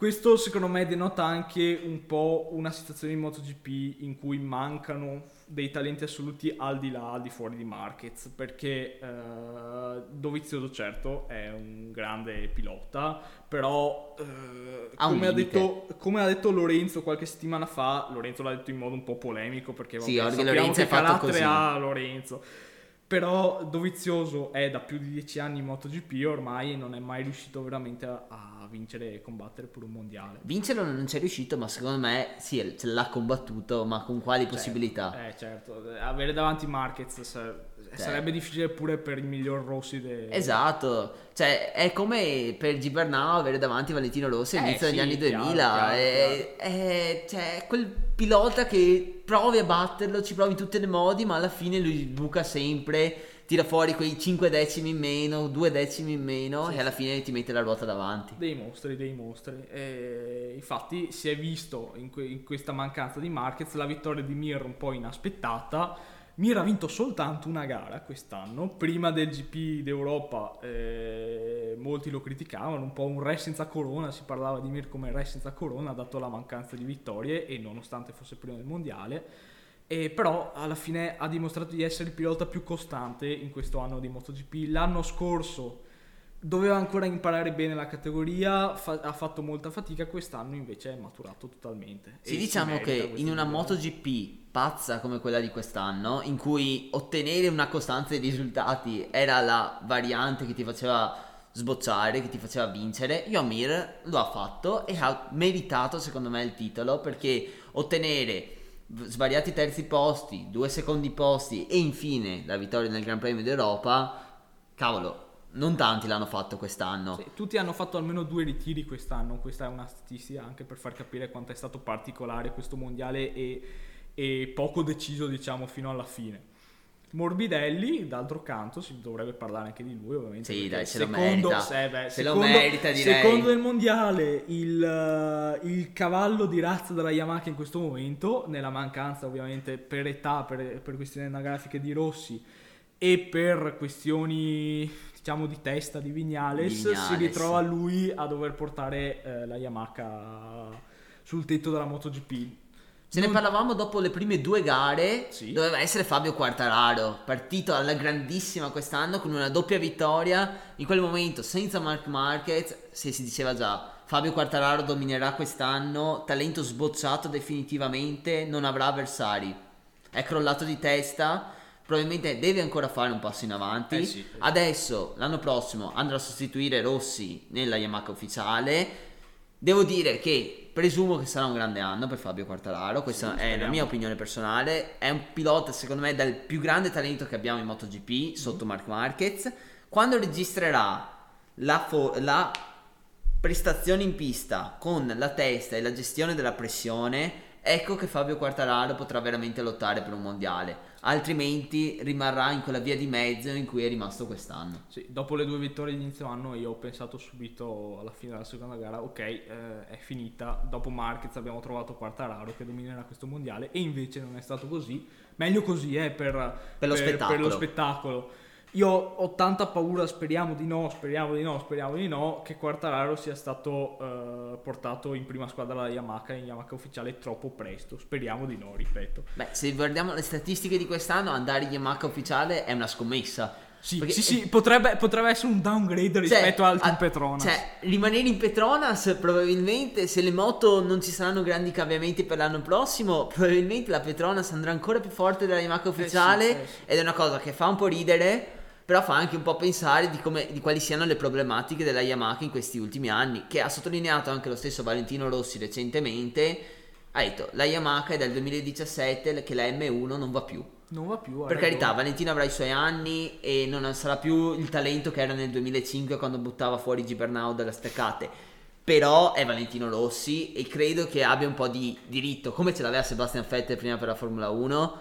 Questo secondo me denota anche un po' una situazione in MotoGP in cui mancano dei talenti assoluti al di là, al di fuori di Marquez, perché eh, Dovizioso certo è un grande pilota, però eh,
Ha un
come, ha
limite.
detto, come ha detto Lorenzo qualche settimana fa, Lorenzo l'ha detto in modo un po' polemico perché
Sì,
vabbè,
Jorge
sappiamo
Lorenzo
che
è fatto
carattere
così.
ha Lorenzo. Però Dovizioso è da più di dieci anni in MotoGP ormai e non è mai riuscito veramente a, a vincere e combattere per un mondiale.
Vincerlo non c'è riuscito, ma secondo me sì, ce l'ha combattuto, ma con quali
Certo,
possibilità?
eh, certo, avere davanti Marquez sa- sarebbe difficile pure per il miglior Rossi. De...
Esatto, cioè è come per Gibernau avere davanti Valentino Rossi
Eh,
all'inizio degli
sì,
anni
chiaro,
duemila.
chiaro,
è, è- cioè, è quel pilota che provi a batterlo, ci provi in tutti i modi, ma alla fine lui buca sempre, tira fuori quei cinque decimi in meno, due decimi in meno
Sì,
e alla
sì.
fine ti mette la ruota davanti.
Dei mostri, dei mostri. E infatti si è visto in, que- in questa mancanza di Marquez la vittoria di Mir un po' inaspettata. Mir ha vinto soltanto una gara quest'anno. Prima del G P d'Europa eh, molti lo criticavano, un po' un re senza corona, si parlava di Mir come re senza corona dato la mancanza di vittorie e nonostante fosse primo del mondiale. E però alla fine ha dimostrato di essere il pilota più costante in questo anno di MotoGP. L'anno scorso doveva ancora imparare bene la categoria, fa- ha fatto molta fatica, quest'anno invece è maturato totalmente.
Sì,
E
diciamo
si merita
che
questo
in una
mondiale.
MotoGP pazza come quella di quest'anno, in cui ottenere una costanza di risultati era la variante che ti faceva sbocciare, che ti faceva vincere, Mir lo ha fatto e ha meritato secondo me il titolo, perché ottenere v- svariati terzi posti, due secondi posti e infine la vittoria nel Gran Premio d'Europa, cavolo, non tanti l'hanno fatto quest'anno.
Sì, tutti hanno fatto almeno due ritiri quest'anno, questa è una statistica anche per far capire quanto è stato particolare questo mondiale e, e poco deciso diciamo fino alla fine. Morbidelli, d'altro canto, si dovrebbe parlare anche di lui ovviamente.
Sì,
perché
dai, se lo
secondo,
merita.
se, beh,
Se lo
secondo,
merita, direi.
secondo il mondiale il, eh, il cavallo di razza della Yamaha in questo momento, nella mancanza ovviamente per età, per, per questioni anagrafiche di Rossi e per questioni diciamo di testa di Vignales,
Di Vignales.
si ritrova lui a dover portare eh, la Yamaha sul tetto della MotoGP.
Se ne
Non-
parlavamo dopo le prime due gare,
Sì.
doveva essere Fabio Quartararo, partito alla grandissima quest'anno con una doppia vittoria, in quel momento senza Marc Marquez, se si diceva già Fabio Quartararo dominerà quest'anno, talento sbocciato definitivamente, non avrà avversari, è crollato di testa, probabilmente deve ancora fare un passo in avanti,
Eh sì, eh sì.
adesso l'anno prossimo andrà a sostituire Rossi nella Yamaha ufficiale. Devo dire che presumo che sarà un grande anno per Fabio Quartararo, questa
Sì,
è la
speriamo.
mia opinione personale, è un pilota secondo me dal più grande talento che abbiamo in MotoGP
Mm-hmm.
sotto Marc Marquez. Quando registrerà la, fo- la prestazione in pista con la testa e la gestione della pressione, ecco che Fabio Quartararo potrà veramente lottare per un mondiale, altrimenti rimarrà in quella via di mezzo in cui è rimasto quest'anno.
Sì, dopo le due vittorie di inizio anno io ho pensato subito alla fine della seconda gara, ok, eh, è finita, dopo Marquez abbiamo trovato Quartararo che dominerà questo mondiale e invece non è stato così, meglio così eh, per,
Per lo spettacolo.
per lo spettacolo. Io ho tanta paura, speriamo di no, speriamo di no, speriamo di no, che Quartararo sia stato eh, portato in prima squadra dalla Yamaha, in Yamaha ufficiale troppo presto, speriamo di no, ripeto.
Beh, se guardiamo le statistiche di quest'anno, andare in Yamaha ufficiale è una scommessa.
Sì,
Perché-
sì, sì, potrebbe, potrebbe essere un downgrade rispetto al Team
a-
Petronas.
Cioè, rimanere in Petronas probabilmente, se le moto non ci saranno grandi cambiamenti per l'anno prossimo, probabilmente la Petronas andrà ancora più forte della Yamaha ufficiale
eh sì.
ed è una cosa che fa un po' ridere, però fa anche un po' pensare di, come, di quali siano le problematiche della Yamaha in questi ultimi anni, che ha sottolineato anche lo stesso Valentino Rossi recentemente. Ha detto, la Yamaha è dal duemiladiciassette che la M uno non va più.
Non va più. ha
Per
ragione.
carità, Valentino avrà i suoi anni e non sarà più il talento che era nel duemilacinque quando buttava fuori Gibernau dalle staccate. Però è Valentino Rossi e credo che abbia un po' di diritto, come ce l'aveva Sebastian Vettel prima per la Formula uno,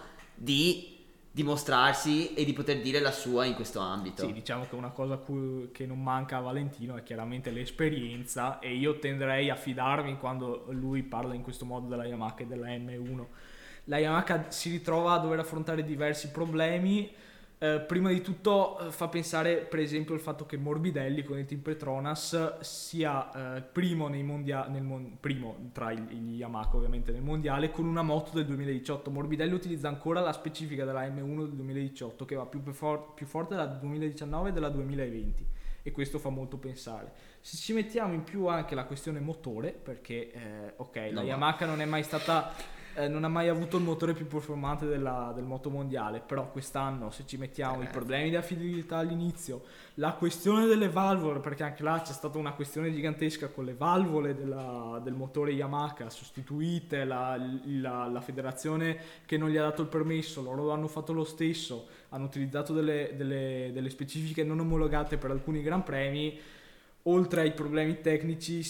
di dimostrarsi e di poter dire la sua in questo ambito.
Sì, diciamo che una cosa cui- che non manca a Valentino è chiaramente l'esperienza e io tenderei a fidarmi quando lui parla in questo modo della Yamaha e della M uno. La Yamaha si ritrova a dover affrontare diversi problemi, Eh, prima di tutto eh, fa pensare per esempio il fatto che Morbidelli con il team Petronas sia eh, primo, nei mondia- nel mon- primo tra i- gli Yamaha ovviamente nel mondiale con una moto del duemiladiciotto. Morbidelli utilizza ancora la specifica della M uno del duemiladiciotto che va più, per for- più forte della duemiladiciannove e della duemilaventi, e questo fa molto pensare. Se ci mettiamo in più anche la questione motore, perché eh, ok, la
No, ma-
Yamaha non è mai stata eh, non ha mai avuto il motore più performante della- del moto mondiale, però quest'anno se ci mettiamo
Eh.
i problemi di affidabilità all'inizio, la questione delle valvole, perché anche là c'è stata una questione gigantesca con le valvole della- del motore Yamaha sostituite, la, la- la federazione che non gli ha dato il permesso, loro lo hanno fatto lo stesso, hanno utilizzato delle, delle- delle specifiche non omologate per alcuni gran premi. Oltre ai problemi tecnici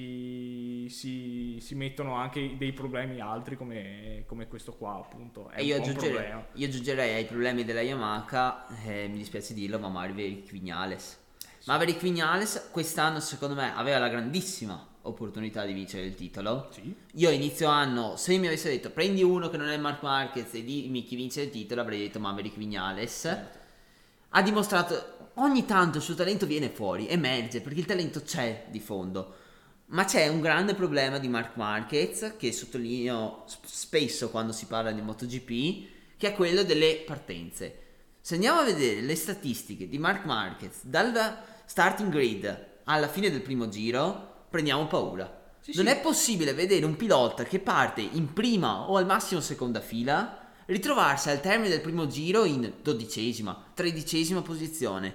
si, si, si mettono anche dei problemi altri come, come questo qua appunto. È
E io
un po' un
aggiungerei,
problema.
io aggiungerei ai problemi della Yamaha, eh, mi dispiace dirlo, ma Maverick Viñales. Maverick Viñales quest'anno secondo me aveva la grandissima opportunità di vincere il titolo.
Sì.
Io a inizio anno, se mi avesse detto prendi uno che non è Marc Marquez e dimmi chi vince il titolo, avrei detto Maverick Viñales.
Certo.
Ha dimostrato, ogni tanto il suo talento viene fuori, emerge, perché il talento c'è di fondo. Ma c'è un grande problema di Marc Marquez, che sottolineo sp- spesso quando si parla di MotoGP, che è quello delle partenze. Se andiamo a vedere le statistiche di Marc Marquez dal starting grid alla fine del primo giro, prendiamo paura.
Sì,
non
sì.
è possibile vedere un pilota che parte in prima o al massimo seconda fila ritrovarsi al termine del primo giro in dodicesima, tredicesima posizione.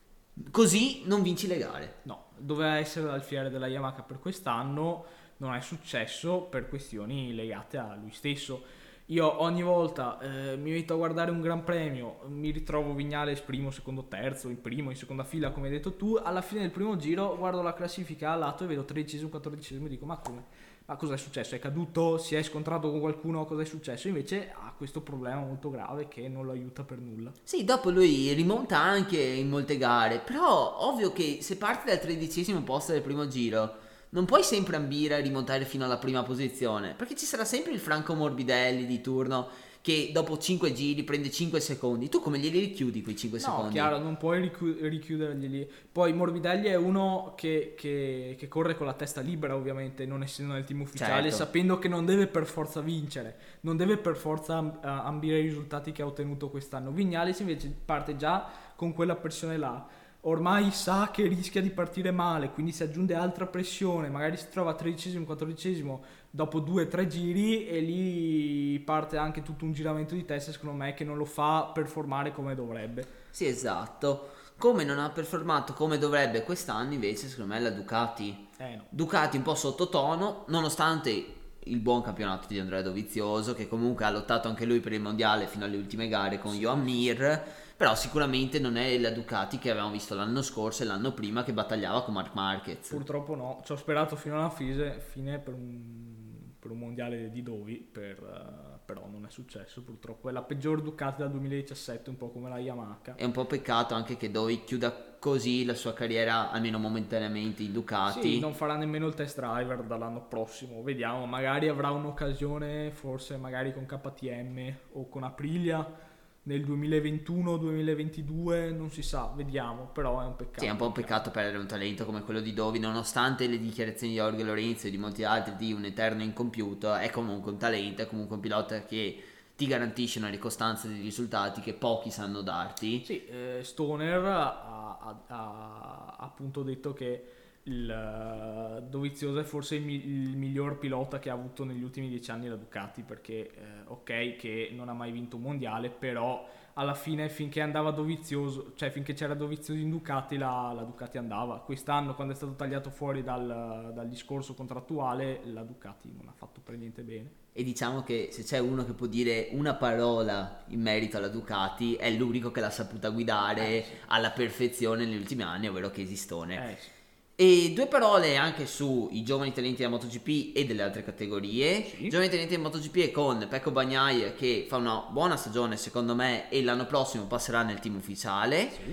Così non vinci le gare.
No, doveva essere l'alfiere della Yamaha per quest'anno, non è successo per questioni legate a lui stesso. Io ogni volta eh, mi metto a guardare un gran premio, mi ritrovo Viñales primo, secondo, terzo, in primo, in seconda fila come hai detto tu, alla fine del primo giro guardo la classifica a lato e vedo tredicesimo, quattordicesimo e dico ma come? Ma cosa è successo? È caduto? Si è scontrato con qualcuno? Cosa è successo? Invece ha questo problema molto grave che non lo aiuta per nulla.
Sì, dopo lui rimonta anche in molte gare, però ovvio che se parti dal tredicesimo posto del primo giro non puoi sempre ambire a rimontare fino alla prima posizione, perché ci sarà sempre il Franco Morbidelli di turno che dopo cinque giri prende cinque secondi. Tu come glieli richiudi quei cinque
No,
secondi?
chiaro, non puoi ricu- richiudergli lì. Poi Morbidelli è uno che, che- che corre con la testa libera, ovviamente, non essendo nel team ufficiale,
Certo.
sapendo che non deve per forza vincere, non deve per forza am- a- ambire i risultati che ha ottenuto quest'anno. Viñales invece parte già con quella pressione là. Ormai sa che rischia di partire male, quindi si aggiunge altra pressione, magari si trova tredicesimo, quattordicesimo dopo due o tre giri e lì parte anche tutto un giramento di testa, secondo me, che non lo fa performare come dovrebbe.
Sì, esatto. Come non ha performato come dovrebbe quest'anno invece secondo me la Ducati.
Eh no.
Ducati un po' sottotono, nonostante il buon campionato di Andrea Dovizioso, che comunque ha lottato anche lui per il mondiale fino alle ultime gare con Johan Mir, però sicuramente non è la Ducati che avevamo visto l'anno scorso e l'anno prima che battagliava con Marc Marquez.
Purtroppo no, ci ho sperato fino alla fise- fine per un, per un mondiale di Dovi, per, eh, però non è successo purtroppo. È la peggior Ducati dal duemiladiciassette, un po' come la Yamaha.
È un po' peccato anche che Dovi chiuda così la sua carriera, almeno momentaneamente, in Ducati.
Sì, non farà nemmeno il test driver dall'anno prossimo, vediamo, magari avrà un'occasione, forse magari con K T M o con Aprilia nel duemilaventuno duemilaventidue, non si sa, vediamo, però è un peccato.
Sì, è un po' un peccato perdere un talento come quello di Dovi, nonostante le dichiarazioni di Jorge Lorenzo e di molti altri di un eterno incompiuto, è comunque un talento, è comunque un pilota che ti garantisce una ricostanza di risultati che pochi sanno darti.
Sì, eh, Stoner ha, ha- ha appunto detto che il uh, Dovizioso è forse il, mi- il miglior pilota che ha avuto negli ultimi dieci anni la Ducati, perché eh, ok che non ha mai vinto un mondiale, però alla fine finché andava Dovizioso, cioè finché c'era Dovizioso in Ducati la, la Ducati andava. Quest'anno quando è stato tagliato fuori dal, dal discorso contrattuale la Ducati non ha fatto per niente bene.
E diciamo che se c'è uno che può dire una parola in merito alla Ducati è l'unico che l'ha saputa guidare
Eh, sì.
alla perfezione negli ultimi anni, ovvero Casey Stoner.
Eh, sì.
E due parole anche sui giovani talenti della MotoGP e delle altre categorie.
Sì.
I giovani talenti della MotoGP è con Pecco Bagnaia che fa una buona stagione secondo me e l'anno prossimo passerà nel team ufficiale.
Sì.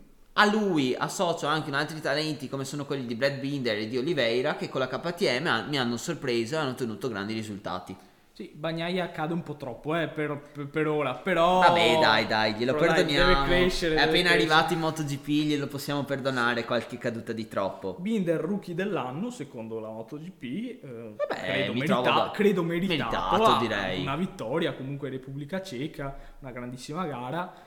A lui associo anche altri talenti come sono quelli di Brad Binder e di Oliveira che con la K T M ha- mi hanno sorpreso e hanno ottenuto grandi risultati.
Sì, Sì, Bagnaia cade un po' troppo eh, per, per, per ora, però...
Vabbè, dai, dai, glielo
però dai,
perdoniamo.
deve crescere,
È
deve
appena
crescere.
arrivato in MotoGP, glielo possiamo perdonare qualche caduta di troppo.
Binder rookie dell'anno secondo la MotoGP, eh,
Vabbè,
credo,
mi
merita-
trovo-
credo meritato,
meritato,
ha
direi.
una vittoria comunque Repubblica Ceca, una grandissima gara,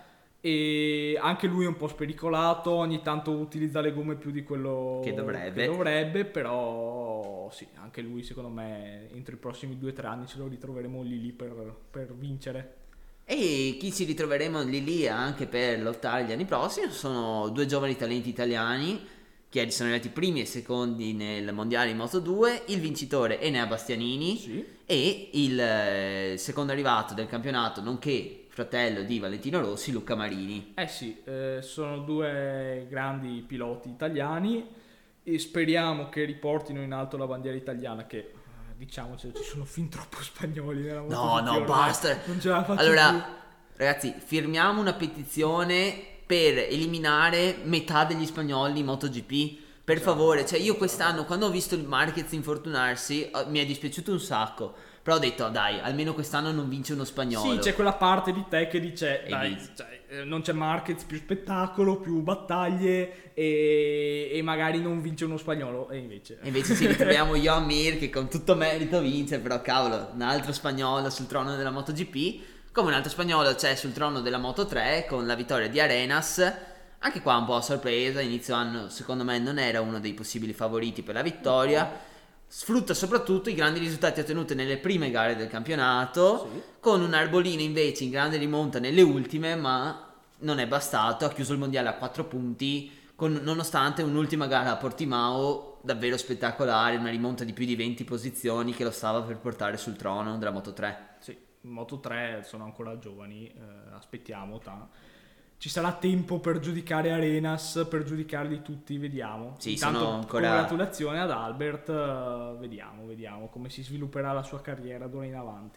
e anche lui è un po' spericolato, ogni tanto utilizza le gomme più di quello
Che dovrebbe.
che dovrebbe, però sì, anche lui secondo me entro i prossimi due o tre anni ce lo ritroveremo lì lì per, per vincere.
E chi ci ritroveremo lì lì anche per lottare gli anni prossimi sono due giovani talenti italiani che sono arrivati primi e secondi nel mondiale in Moto due, il vincitore Enea Bastianini
Sì.
e il eh, secondo arrivato del campionato, nonché fratello di Valentino Rossi, Luca Marini.
Eh sì, eh, sono due grandi piloti italiani e speriamo che riportino in alto la bandiera italiana che, eh, diciamoci, ci sono fin troppo spagnoli nella
No,
MotoGP
no,
ormai,
basta.
Non ce la faccio
Allora,
più.
ragazzi, firmiamo una petizione per eliminare metà degli spagnoli in MotoGP. Per favore, cioè io quest'anno quando ho visto il Marquez infortunarsi eh, mi è dispiaciuto un sacco. Però ho detto, dai, almeno quest'anno non vince uno spagnolo.
Sì, c'è quella parte di te che dice,
E
dai,
dici-
cioè, eh, non c'è Marquez, più spettacolo, più battaglie e, e magari non vince uno spagnolo, e invece...
E invece ci ritroviamo Joan Mir che con tutto merito vince, però cavolo, un altro spagnolo sul trono della MotoGP, come un altro spagnolo c'è sul trono della Moto tre con la vittoria di Arenas. Anche qua un po' a sorpresa, inizio anno secondo me non era uno dei possibili favoriti per la vittoria. Sfrutta soprattutto i grandi risultati ottenuti nelle prime gare del campionato,
Sì.
con un Arbolino invece in grande rimonta nelle ultime, ma non è bastato, ha chiuso il mondiale a quattro punti, con, nonostante un'ultima gara a Portimao davvero spettacolare, una rimonta di più di venti posizioni che lo stava per portare sul trono della Moto tre.
Sì, in Moto tre sono ancora giovani, eh, aspettiamo, ta- ci sarà tempo per giudicare Arenas, per giudicarli tutti, vediamo.
Sì,
Intanto
sono ancora-
congratulazioni ad Albert, eh, vediamo, vediamo come si svilupperà la sua carriera d'ora in avanti.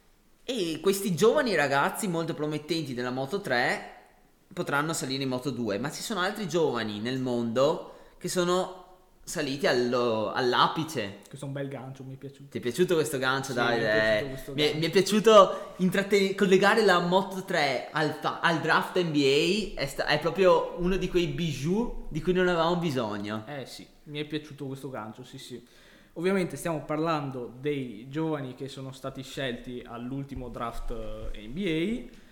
E questi giovani ragazzi molto promettenti della Moto tre potranno salire in Moto due, ma ci sono altri giovani nel mondo che sono saliti allo- all'apice.
Questo è un bel gancio, mi è piaciuto.
Ti è piaciuto questo gancio?
Sì,
Dai,
mi è
dai.
piaciuto questo
Mi, è,
gancio.
mi è piaciuto intratten- collegare la Moto tre al, fa- al draft N B A, è, sta- è proprio uno di quei bijou di cui non avevamo bisogno.
Eh sì, mi è piaciuto questo gancio, sì sì. Ovviamente stiamo parlando dei giovani che sono stati scelti all'ultimo draft eh, N B A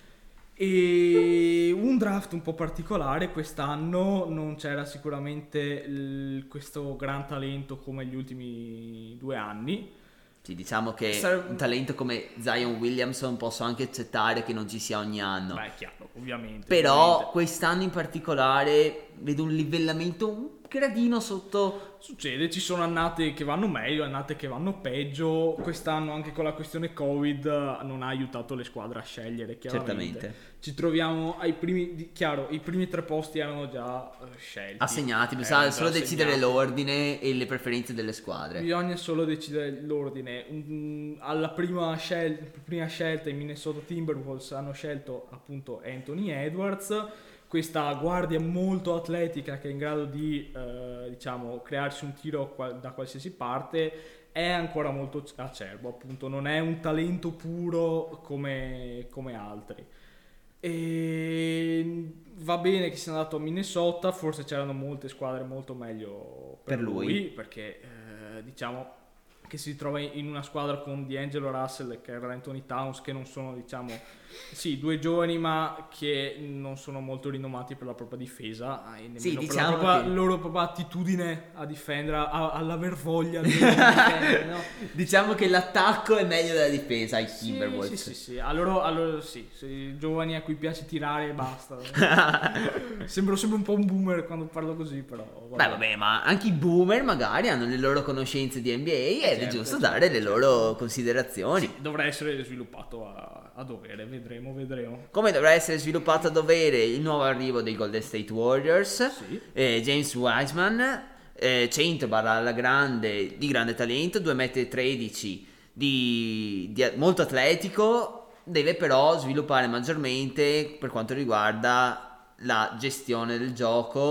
e un draft un po' particolare quest'anno, non c'era sicuramente il- questo gran talento come gli ultimi due anni.
Sì, diciamo che
Sare-
un talento come Zion Williamson posso anche accettare che non ci sia ogni anno.
Beh, è chiaro, ovviamente.
Però
ovviamente.
quest'anno in particolare vedo un livellamento un gradino sotto.
Succede, ci sono annate che vanno meglio, annate che vanno peggio. Quest'anno anche con la questione Covid non ha aiutato le squadre a scegliere, chiaramente.
Certamente.
Ci troviamo ai primi, di- chiaro, i primi tre posti erano già eh, scelti.
Assegnati,
Erano
bisogna
già
solo decidere
assegnati.
l'ordine e le preferenze delle squadre.
Bisogna solo decidere l'ordine. Mm, Alla prima, scel- prima scelta i Minnesota Timberwolves hanno scelto appunto Anthony Edwards, questa guardia molto atletica che è in grado di eh, diciamo crearsi un tiro qual- da qualsiasi parte. È ancora molto acerbo, appunto, non è un talento puro come, come altri. E va bene che sia andato a Minnesota, forse c'erano molte squadre molto meglio per,
Per lui.
lui, perché eh, diciamo che si trova in una squadra con D'Angelo Russell e Karl Anthony Towns, che non sono, diciamo, sì, due giovani ma che non sono molto rinomati per la propria difesa e nemmeno
Sì,
per
diciamo
la propria,
che-
loro propria attitudine a difendere, a- all'aver voglia di difendere, no?
Diciamo che l'attacco è meglio della difesa ai
Sì,
Timberwolves.
sì, sì, sì. A loro, a loro sì, sì, giovani a cui piace tirare e basta. Sembro sempre un po' un boomer quando parlo così, però
Beh, vabbè, ma anche i boomer magari hanno le loro conoscenze di N B A ed è
certo,
giusto
certo,
dare le
certo.
loro considerazioni.
dovrà essere sviluppato a, a dovere, vedremo, vedremo.
Come dovrà essere sviluppato a dovere il nuovo arrivo dei Golden State Warriors,
Sì.
eh, James Wiseman, eh, cento barra alla grande, di grande talento, due virgola tredici metri, di, di- molto atletico, deve però sviluppare maggiormente per quanto riguarda la gestione del gioco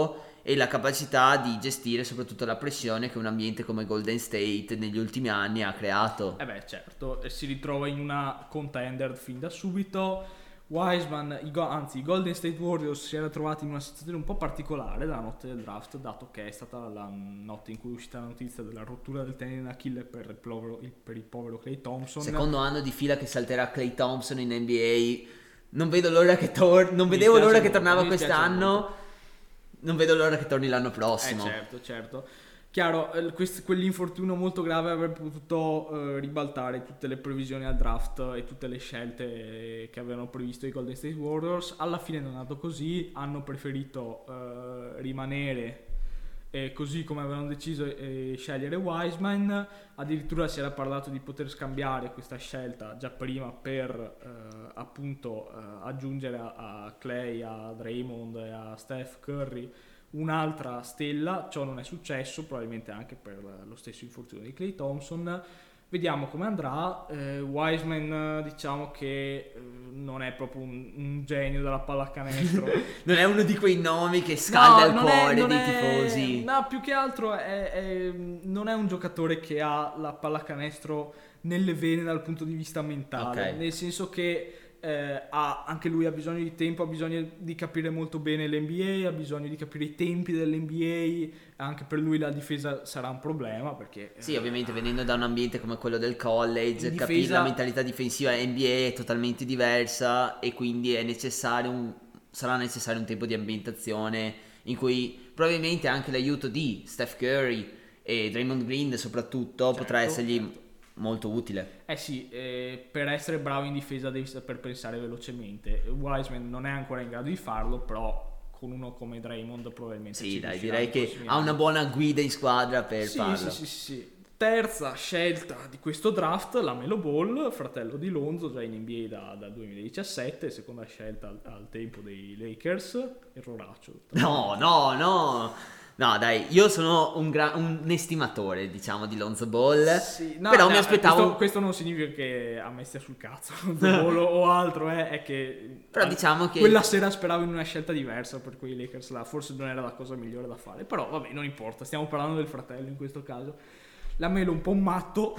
e la capacità di gestire soprattutto la pressione che un ambiente come Golden State negli ultimi anni ha creato.
Eh beh, certo, e si ritrova in una contender fin da subito. Wiseman, i go- anzi i Golden State Warriors si era trovati in una situazione un po' particolare la notte del draft, dato che è stata la notte in cui è uscita la notizia della rottura del tendine d'Achille per il povero, il, per il povero Klay Thompson.
Secondo anno di fila che salterà Klay Thompson in N B A. Non vedo l'ora che torni. Non vedevo l'ora che tornava quest'anno. Non vedo l'ora che torni l'anno prossimo.
Eh certo, certo. Chiaro, eh, quest- quell'infortunio molto grave avrebbe potuto eh, ribaltare tutte le previsioni al draft e tutte le scelte eh, che avevano previsto i Golden State Warriors. Alla fine non è andato così, hanno preferito eh, rimanere eh, così come avevano deciso e scegliere Wiseman. Addirittura si era parlato di poter scambiare questa scelta già prima per eh, appunto eh, aggiungere a, a Klay, a Draymond e a Steph Curry un'altra stella. Ciò non è successo, probabilmente anche per lo stesso infortunio di Klay Thompson. Vediamo come andrà. eh, Wiseman diciamo che eh, non è proprio un, un genio della pallacanestro.
Non è uno di quei nomi che scalda
no,
il cuore è, dei è, tifosi.
No, più che altro è, è, non è un giocatore che ha la pallacanestro nelle vene dal punto di vista mentale, okay. Nel senso che Eh, ha, anche lui ha bisogno di tempo, ha bisogno di capire molto bene l'N B A, ha bisogno di capire i tempi dell'N B A. Anche per lui la difesa sarà un problema perché
sì, ovviamente venendo da un ambiente come quello del college,
difesa,
capire la mentalità difensiva N B A è totalmente diversa e quindi è necessario un, sarà necessario un tempo di ambientazione in cui probabilmente anche l'aiuto di Steph Curry e Draymond Green soprattutto certo, potrà essergli certo. molto utile.
Eh sì, eh, per essere bravo in difesa devi saper pensare velocemente. Wiseman non è ancora in grado di farlo, però con uno come Draymond probabilmente
sì,
ci
dai,
riuscirà.
direi che ha una buona guida in squadra per
sì,
farlo.
Sì, sì, sì, sì. Terza scelta di questo draft, la Melo Ball, fratello di Lonzo, già in N B A da, da duemiladiciassette, seconda scelta al, al tempo dei Lakers. Erroraccio.
No, no, no. No, dai, io sono un, gra- un estimatore, diciamo, di Lonzo Ball. Sì, no, però no, mi aspettavo.
Questo, questo non significa che a me stia sul cazzo Lonzo Ball o altro, eh, è che.
Però diciamo che.
Quella sera speravo in una scelta diversa per quei Lakers là. Forse non era la cosa migliore da fare. Però vabbè, non importa. Stiamo parlando del fratello in questo caso. La Melo un po' un matto,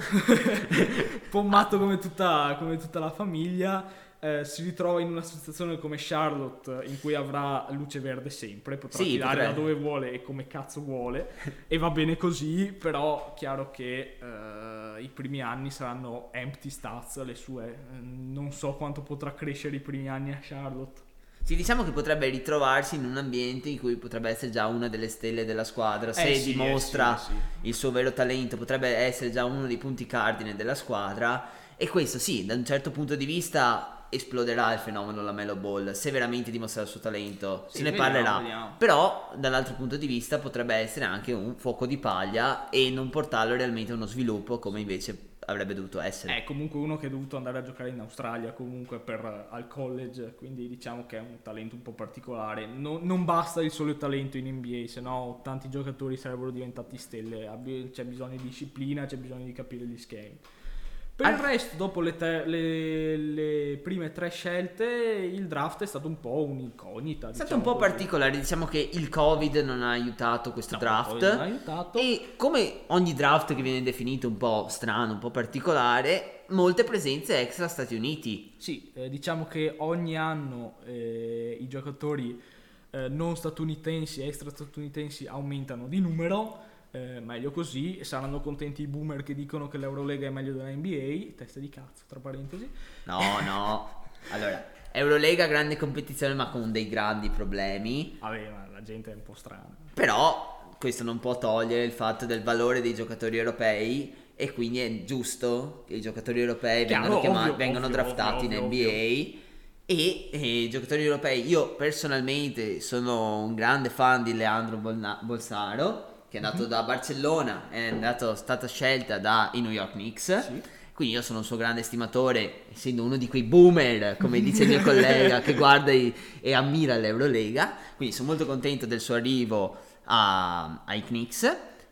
un po' un matto come tutta, come tutta la famiglia. Eh, si ritrova in una situazione come Charlotte in cui avrà luce verde sempre, potrà
sì,
tirare
potrei.
da dove vuole e come cazzo vuole e va bene così, però chiaro che eh, i primi anni saranno empty stats le sue, non so quanto potrà crescere i primi anni a Charlotte.
Sì, diciamo che potrebbe ritrovarsi in un ambiente in cui potrebbe essere già una delle stelle della squadra, se
eh sì,
dimostra
eh sì, eh sì.
il suo vero talento, potrebbe essere già uno dei punti cardine della squadra e questo sì, da un certo punto di vista esploderà il fenomeno Lamelo Ball se veramente dimostra il suo talento, sì, se ne
vediamo,
parlerà
vediamo.
Però dall'altro punto di vista potrebbe essere anche un fuoco di paglia e non portarlo realmente a uno sviluppo come invece avrebbe dovuto essere.
È comunque uno che è dovuto andare a giocare in Australia comunque per, al college, quindi diciamo che è un talento un po' particolare. No, non basta il solo talento in N B A, se no tanti giocatori sarebbero diventati stelle. C'è bisogno di disciplina, c'è bisogno di capire gli schemi. Per il resto, dopo le, te- le, le prime tre scelte, il draft è stato un po' un'incognita.
È stato
diciamo
un po'
così.
particolare, diciamo che il Covid non ha aiutato questo
No,
draft.
non ha aiutato.
E come ogni draft che viene definito un po' strano, un po' particolare, molte presenze extra Stati Uniti.
Sì, eh, diciamo che ogni anno eh, i giocatori eh, non statunitensi e extra statunitensi aumentano di numero. Eh, meglio così, saranno contenti i boomer che dicono che l'Eurolega è meglio della N B A, testa di cazzo tra parentesi.
No, no, allora Eurolega grande competizione ma con dei grandi problemi.
Vabbè, ma la gente è un po' strana.
Però questo non può togliere il fatto del valore dei giocatori europei e quindi è giusto che i giocatori europei
Chiaro,
vengano, chiamati,
ovvio,
vengano
ovvio,
draftati
ovvio,
in
ovvio.
N B A. E, e i giocatori europei, io personalmente sono un grande fan di Leandro Bolna- Bolsaro che è andato mm-hmm. da Barcellona, è andato, stata scelta dai New York Knicks,
Sì.
quindi io sono un suo grande estimatore, essendo uno di quei boomer, come dice il mio collega, che guarda e, e ammira l'Eurolega, quindi sono molto contento del suo arrivo a, ai Knicks.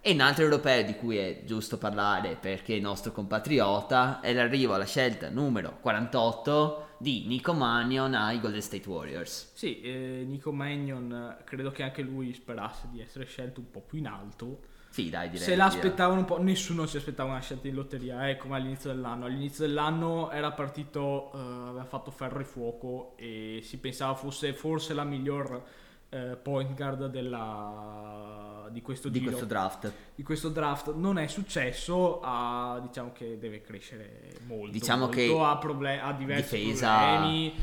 E un altro europeo di cui è giusto parlare perché è il nostro compatriota è l'arrivo alla scelta numero quarantotto di Nico Mannion ai Golden State Warriors.
Sì, eh, Nico Mannion credo che anche lui sperasse di essere scelto un po' più in alto.
Sì, dai, direi.
Se l'aspettavano un po', nessuno si aspettava una scelta in lotteria, eh, come all'inizio dell'anno. All'inizio dell'anno era partito, eh, aveva fatto ferro e fuoco e si pensava fosse forse la miglior eh, point guard della, di questo
di
giro,
questo draft.
Di questo draft. Non è successo, ha, diciamo che deve crescere molto.
Diciamo
molto,
che
ha, problem- ha diversi
difesa...
problemi.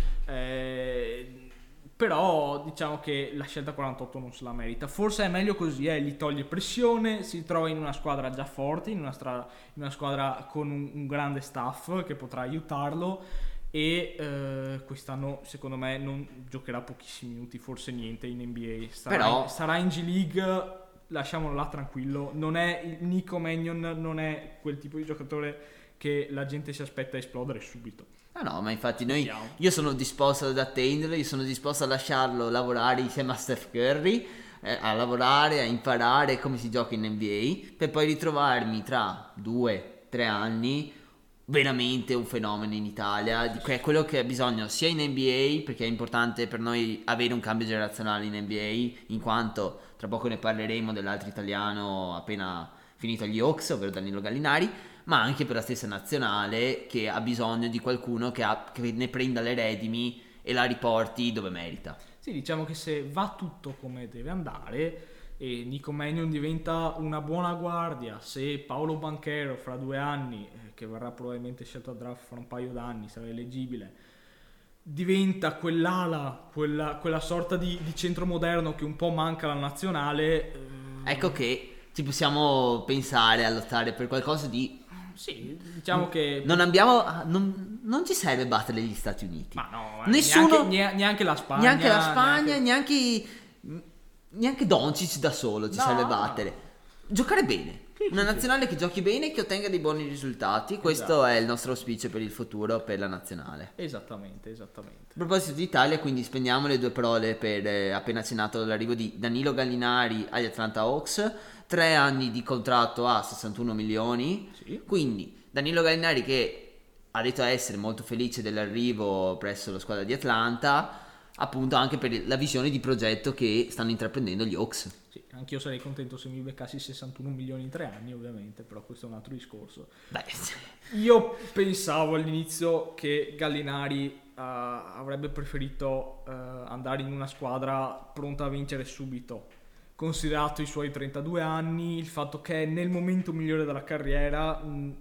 Eh, Però diciamo che la scelta quarantotto non se la merita. Forse è meglio così, eh, gli toglie pressione, si trova in una squadra già forte, in una, stra- in una squadra con un, un grande staff che potrà aiutarlo e eh, quest'anno secondo me non giocherà pochissimi minuti, forse niente in N B A. Starà,
Però...
in, sarà in G League, lasciamolo là tranquillo. Non è il Nico Mannion, non è quel tipo di giocatore che la gente si aspetta esplodere subito.
No, no, ma infatti noi, io sono disposto ad attenderlo, io sono disposto a lasciarlo lavorare insieme a Steph Curry, eh, a lavorare, a imparare come si gioca in N B A, per poi ritrovarmi tra due, tre anni veramente un fenomeno in Italia, di que- quello che ha bisogno sia in N B A, perché è importante per noi avere un cambio generazionale in N B A, in quanto tra poco ne parleremo dell'altro italiano appena finito agli Hawks, ovvero Danilo Gallinari, ma anche per la stessa nazionale che ha bisogno di qualcuno che, ha, che ne prenda le redini e la riporti dove merita.
Sì, diciamo che se va tutto come deve andare e Nico Mannion diventa una buona guardia, se Paolo Banchero fra due anni, eh, che verrà probabilmente scelto a draft fra un paio d'anni, sarà eleggibile, diventa quell'ala, quella, quella sorta di, di centro moderno che un po' manca alla nazionale, eh...
ecco che ci possiamo pensare a lottare per qualcosa di...
Sì, diciamo che...
Non abbiamo... Non, non ci serve battere gli Stati Uniti.
Ma no,
nessuno...
Neanche, neanche la Spagna.
Neanche la Spagna,
neanche,
neanche, neanche Doncic da solo ci
no,
serve battere.
no.
Giocare bene.
Sì,
Una
sì,
nazionale che giochi bene e che ottenga dei buoni risultati. Questo
esatto.
è il nostro auspicio per il futuro, per la nazionale.
Esattamente, esattamente.
A proposito di Italia, quindi spendiamo le due parole per eh, appena accennato l'arrivo di Danilo Gallinari agli Atlanta Hawks. Tre anni di contratto a sessantuno milioni.
Sì.
Quindi Danilo Gallinari, che ha detto essere molto felice dell'arrivo presso la squadra di Atlanta, appunto anche per la visione di progetto che stanno intraprendendo gli Hawks.
Sì, anch'io sarei contento se mi beccassi sessantuno milioni in tre anni, ovviamente, però questo è un altro discorso.
Beh,
io pensavo all'inizio che Gallinari uh, avrebbe preferito uh, andare in una squadra pronta a vincere subito, considerato i suoi trentadue anni, il fatto che nel momento migliore della carriera mh,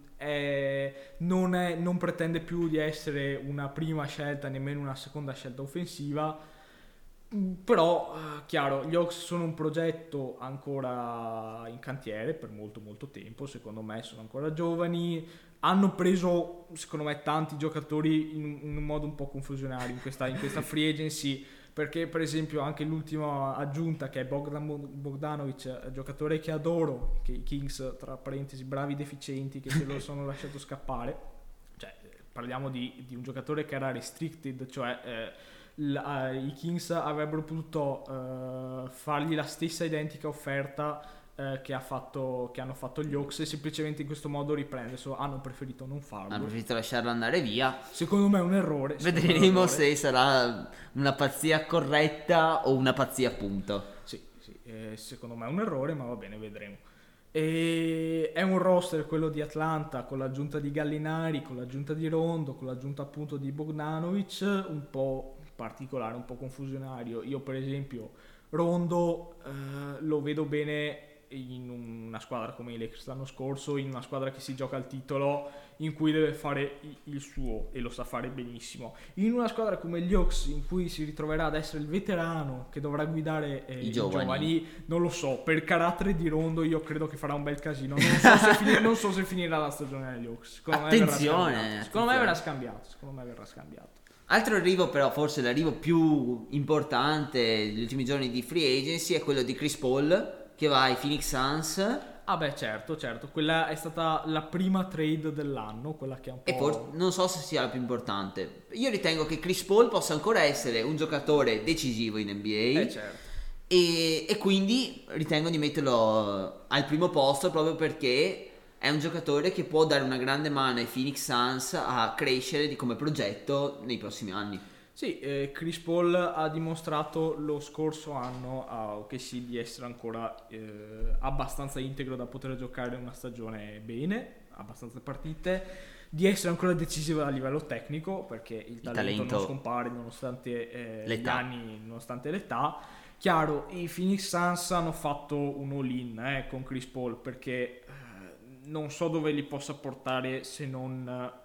è, non, è, non pretende più di essere una prima scelta, nemmeno una seconda scelta offensiva, mh, però uh, chiaro, gli Hawks sono un progetto ancora in cantiere per molto molto tempo, secondo me sono ancora giovani, hanno preso secondo me tanti giocatori in, in un modo un po' confusionario in questa, in questa free agency, perché per esempio anche l'ultima aggiunta che è Bogdan Bogdanovic, giocatore che adoro, che i Kings tra parentesi bravi deficienti che se lo sono lasciato scappare, cioè parliamo di, di un giocatore che era restricted, cioè eh, la, i Kings avrebbero potuto eh, fargli la stessa identica offerta eh, che, ha fatto, che hanno fatto gli Hawks e semplicemente in questo modo riprenderselo. Hanno preferito non farlo,
hanno preferito lasciarlo andare via.
Secondo me è un errore.
Vedremo se sarà una pazzia corretta o una pazzia appunto.
Sì, sì, eh, secondo me è un errore, ma va bene, vedremo. E è un roster quello di Atlanta con l'aggiunta di Gallinari, con l'aggiunta di Rondo, con l'aggiunta appunto di Bogdanovic, un po' particolare, un po' confusionario. Io per esempio Rondo eh, lo vedo bene in una squadra come i Lakers l'anno scorso, in una squadra che si gioca al titolo, in cui deve fare il suo e lo sa fare benissimo. In una squadra come gli Hawks, in cui si ritroverà ad essere il veterano che dovrà guidare eh, i, giovani. i giovani, non lo so, per carattere di Rondo io credo che farà un bel casino. Non so se, finir, non so se finirà la stagione degli Hawks. Secondo
attenzione,
me verrà secondo me verrà scambiato. Secondo me verrà scambiato.
Altro arrivo, però forse l'arrivo più importante degli ultimi giorni di free agency è quello di Chris Paul, che va ai Phoenix Suns.
Ah beh, certo, certo, quella è stata la prima trade dell'anno, quella che è un po'...
E for- non so se sia la più importante. Io ritengo che Chris Paul possa ancora essere un giocatore decisivo in N B A.
Eh certo.
e, e quindi ritengo di metterlo al primo posto proprio perché è un giocatore che può dare una grande mano ai Phoenix Suns a crescere di come progetto nei prossimi anni.
Sì, eh, Chris Paul ha dimostrato lo scorso anno a O K C di essere ancora eh, abbastanza integro da poter giocare una stagione bene, abbastanza partite, di essere ancora decisivo a livello tecnico, perché il, il talento, talento non scompare nonostante eh, gli anni, nonostante l'età. Chiaro, i Phoenix Suns hanno fatto un all-in eh, con Chris Paul, perché non so dove li possa portare se non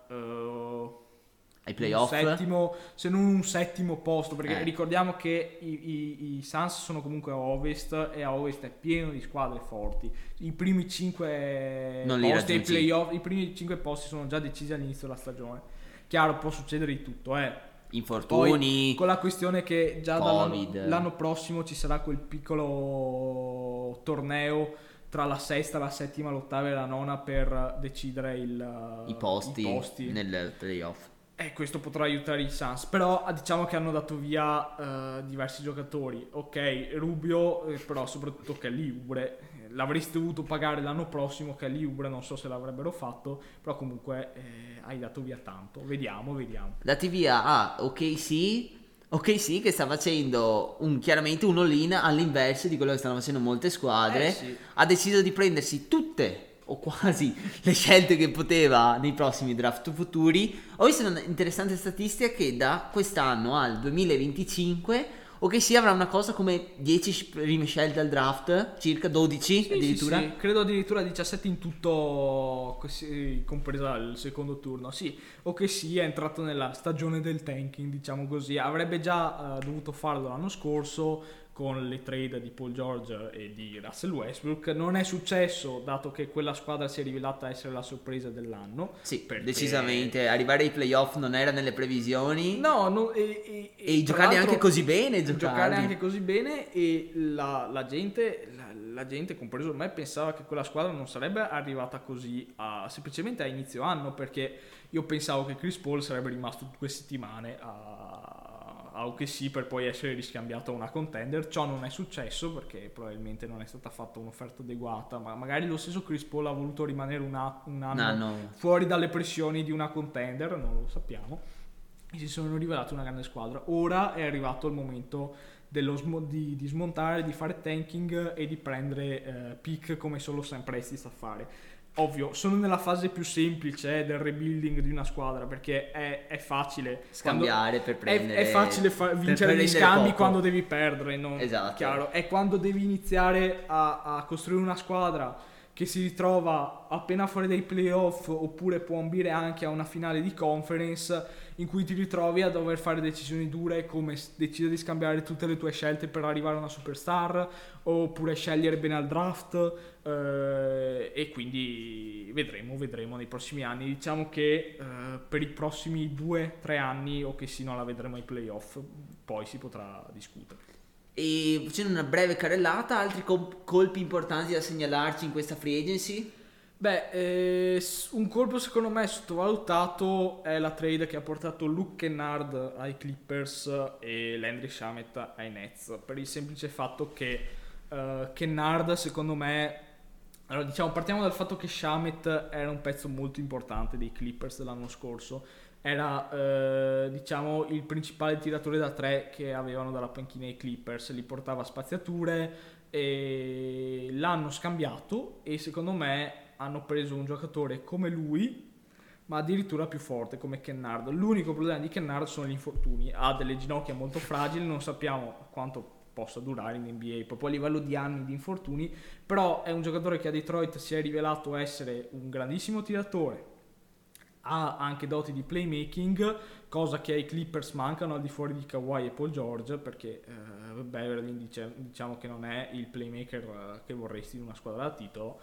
uh,
ai playoff,
un settimo, se non un settimo posto, perché
eh.
ricordiamo che i, i, i Suns sono comunque a ovest e a ovest è pieno di squadre forti. I primi cinque
non
posti ai playoff, i primi cinque posti sono già decisi all'inizio della stagione. Chiaro, può succedere di tutto, eh.
infortuni.
Poi, con la questione che già dall'anno, l'anno prossimo ci sarà quel piccolo torneo tra la sesta, la settima, l'ottava e la nona per decidere il,
I, posti
i posti
nel playoff.
E questo potrà aiutare i Suns. Però diciamo che hanno dato via uh, diversi giocatori. Ok, Rubio, eh, però soprattutto Kelly Oubre. L'avresti dovuto pagare l'anno prossimo Kelly Oubre, non so se l'avrebbero fatto, però comunque eh, hai dato via tanto. Vediamo, vediamo.
Dati via a O K C. Ok, sì, che sta facendo un, chiaramente un all-in all'inverso di quello che stanno facendo molte squadre.
Eh, sì.
Ha deciso di prendersi tutte o quasi le scelte che poteva nei prossimi draft futuri. Ho visto una interessante statistica che da quest'anno al duemilaventicinque ok sì avrà una cosa come dieci prime scelte al draft, circa dodici
sì,
addirittura.
Sì, sì. Credo addirittura diciassette in tutto, così, compresa il secondo turno. Sì, o che sì, è entrato nella stagione del tanking, diciamo così. Avrebbe già uh, dovuto farlo l'anno scorso con le trade di Paul George e di Russell Westbrook. Non è successo, dato che quella squadra si è rivelata essere la sorpresa dell'anno.
Sì,
perché...
decisamente. Arrivare ai playoff non era nelle previsioni.
No, no e, e,
e, e giocare anche così bene.
Giocarli. Giocare anche così bene e la, la gente, la, la gente, compreso me, pensava che quella squadra non sarebbe arrivata così a, semplicemente a inizio anno, perché io pensavo che Chris Paul sarebbe rimasto due settimane a... a O K C per poi essere riscambiato a una contender. Ciò non è successo perché probabilmente non è stata fatta un'offerta adeguata, ma magari lo stesso Chris Paul ha voluto rimanere una, un anno
no, no.
fuori dalle pressioni di una contender, non lo sappiamo, e si sono rivelati una grande squadra. Ora è arrivato il momento dello sm- di, di smontare, di fare tanking e di prendere eh, pick come solo Sam Presti sa fare. Ovvio, sono nella fase più semplice eh, del rebuilding di una squadra, perché è, è facile
scambiare per prendere,
è, è facile fa- vincere gli scambi poco. Quando devi perdere, non,
esatto.
Chiaro, è quando devi iniziare a, a costruire una squadra che si ritrova appena fuori dai playoff oppure può ambire anche a una finale di conference, in cui ti ritrovi a dover fare decisioni dure come decidere di scambiare tutte le tue scelte per arrivare a una superstar oppure scegliere bene al draft eh, e quindi vedremo vedremo nei prossimi anni. Diciamo che eh, per i prossimi due tre anni o che sì non la vedremo ai playoff, poi si potrà discutere.
E facendo una breve carrellata, altri comp- colpi importanti da segnalarci in questa free agency?
Beh, eh, un colpo secondo me sottovalutato è la trade che ha portato Luke Kennard ai Clippers e Landry Shamet ai Nets, per il semplice fatto che uh, Kennard secondo me, allora diciamo partiamo dal fatto che Shamet era un pezzo molto importante dei Clippers dell'anno scorso, era eh, diciamo il principale tiratore da tre che avevano dalla panchina i Clippers, li portava spaziature e l'hanno scambiato e secondo me hanno preso un giocatore come lui ma addirittura più forte come Kennard. L'unico problema di Kennard sono gli infortuni, ha delle ginocchia molto fragili, non sappiamo quanto possa durare in N B A proprio a livello di anni di infortuni, però è un giocatore che a Detroit si è rivelato essere un grandissimo tiratore, ha anche doti di playmaking, cosa che ai Clippers mancano al di fuori di Kawhi e Paul George, perché eh, Beverly dice, diciamo che non è il playmaker eh, che vorresti in una squadra da titolo.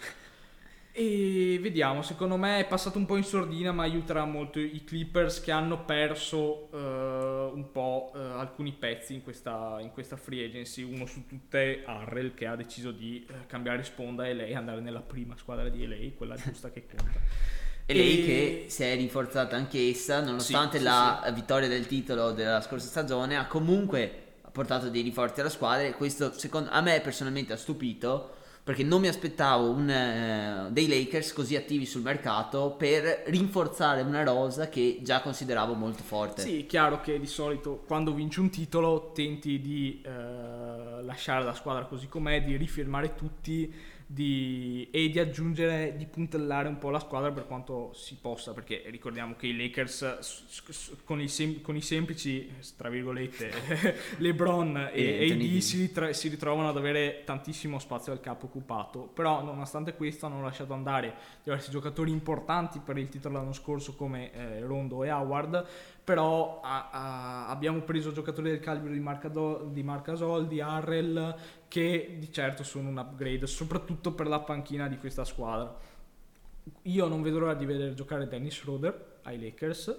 E vediamo, secondo me è passato un po' in sordina, ma aiuterà molto i Clippers che hanno perso uh, un po' uh, alcuni pezzi in questa, in questa free agency. Uno su tutte Harrell, che ha deciso di uh, cambiare sponda e lei andare nella prima squadra di L A, quella giusta che conta.
E lei che si è rinforzata anche essa, nonostante
sì,
la
sì, sì.
vittoria del titolo della scorsa stagione, ha comunque portato dei rinforzi alla squadra e questo secondo a me personalmente ha stupito, perché non mi aspettavo un, eh, dei Lakers così attivi sul mercato per rinforzare una rosa che già consideravo molto forte.
Sì, chiaro che di solito quando vinci un titolo tenti di eh, lasciare la squadra così com'è, di rifirmare tutti di, e di aggiungere, di puntellare un po' la squadra per quanto si possa, perché ricordiamo che i Lakers s- s- con, i sem- con i semplici, tra virgolette, LeBron e, e A D si, ritra- si ritrovano ad avere tantissimo spazio al capo occupato, però nonostante questo hanno lasciato andare diversi giocatori importanti per il titolo l'anno scorso come eh, Rondo e Howard, però a, a, abbiamo preso giocatori del calibro di Marc di Marc Gasol, di Harrell, che di certo sono un upgrade soprattutto per la panchina di questa squadra. Io non vedo l'ora di vedere giocare Dennis Schroeder ai Lakers,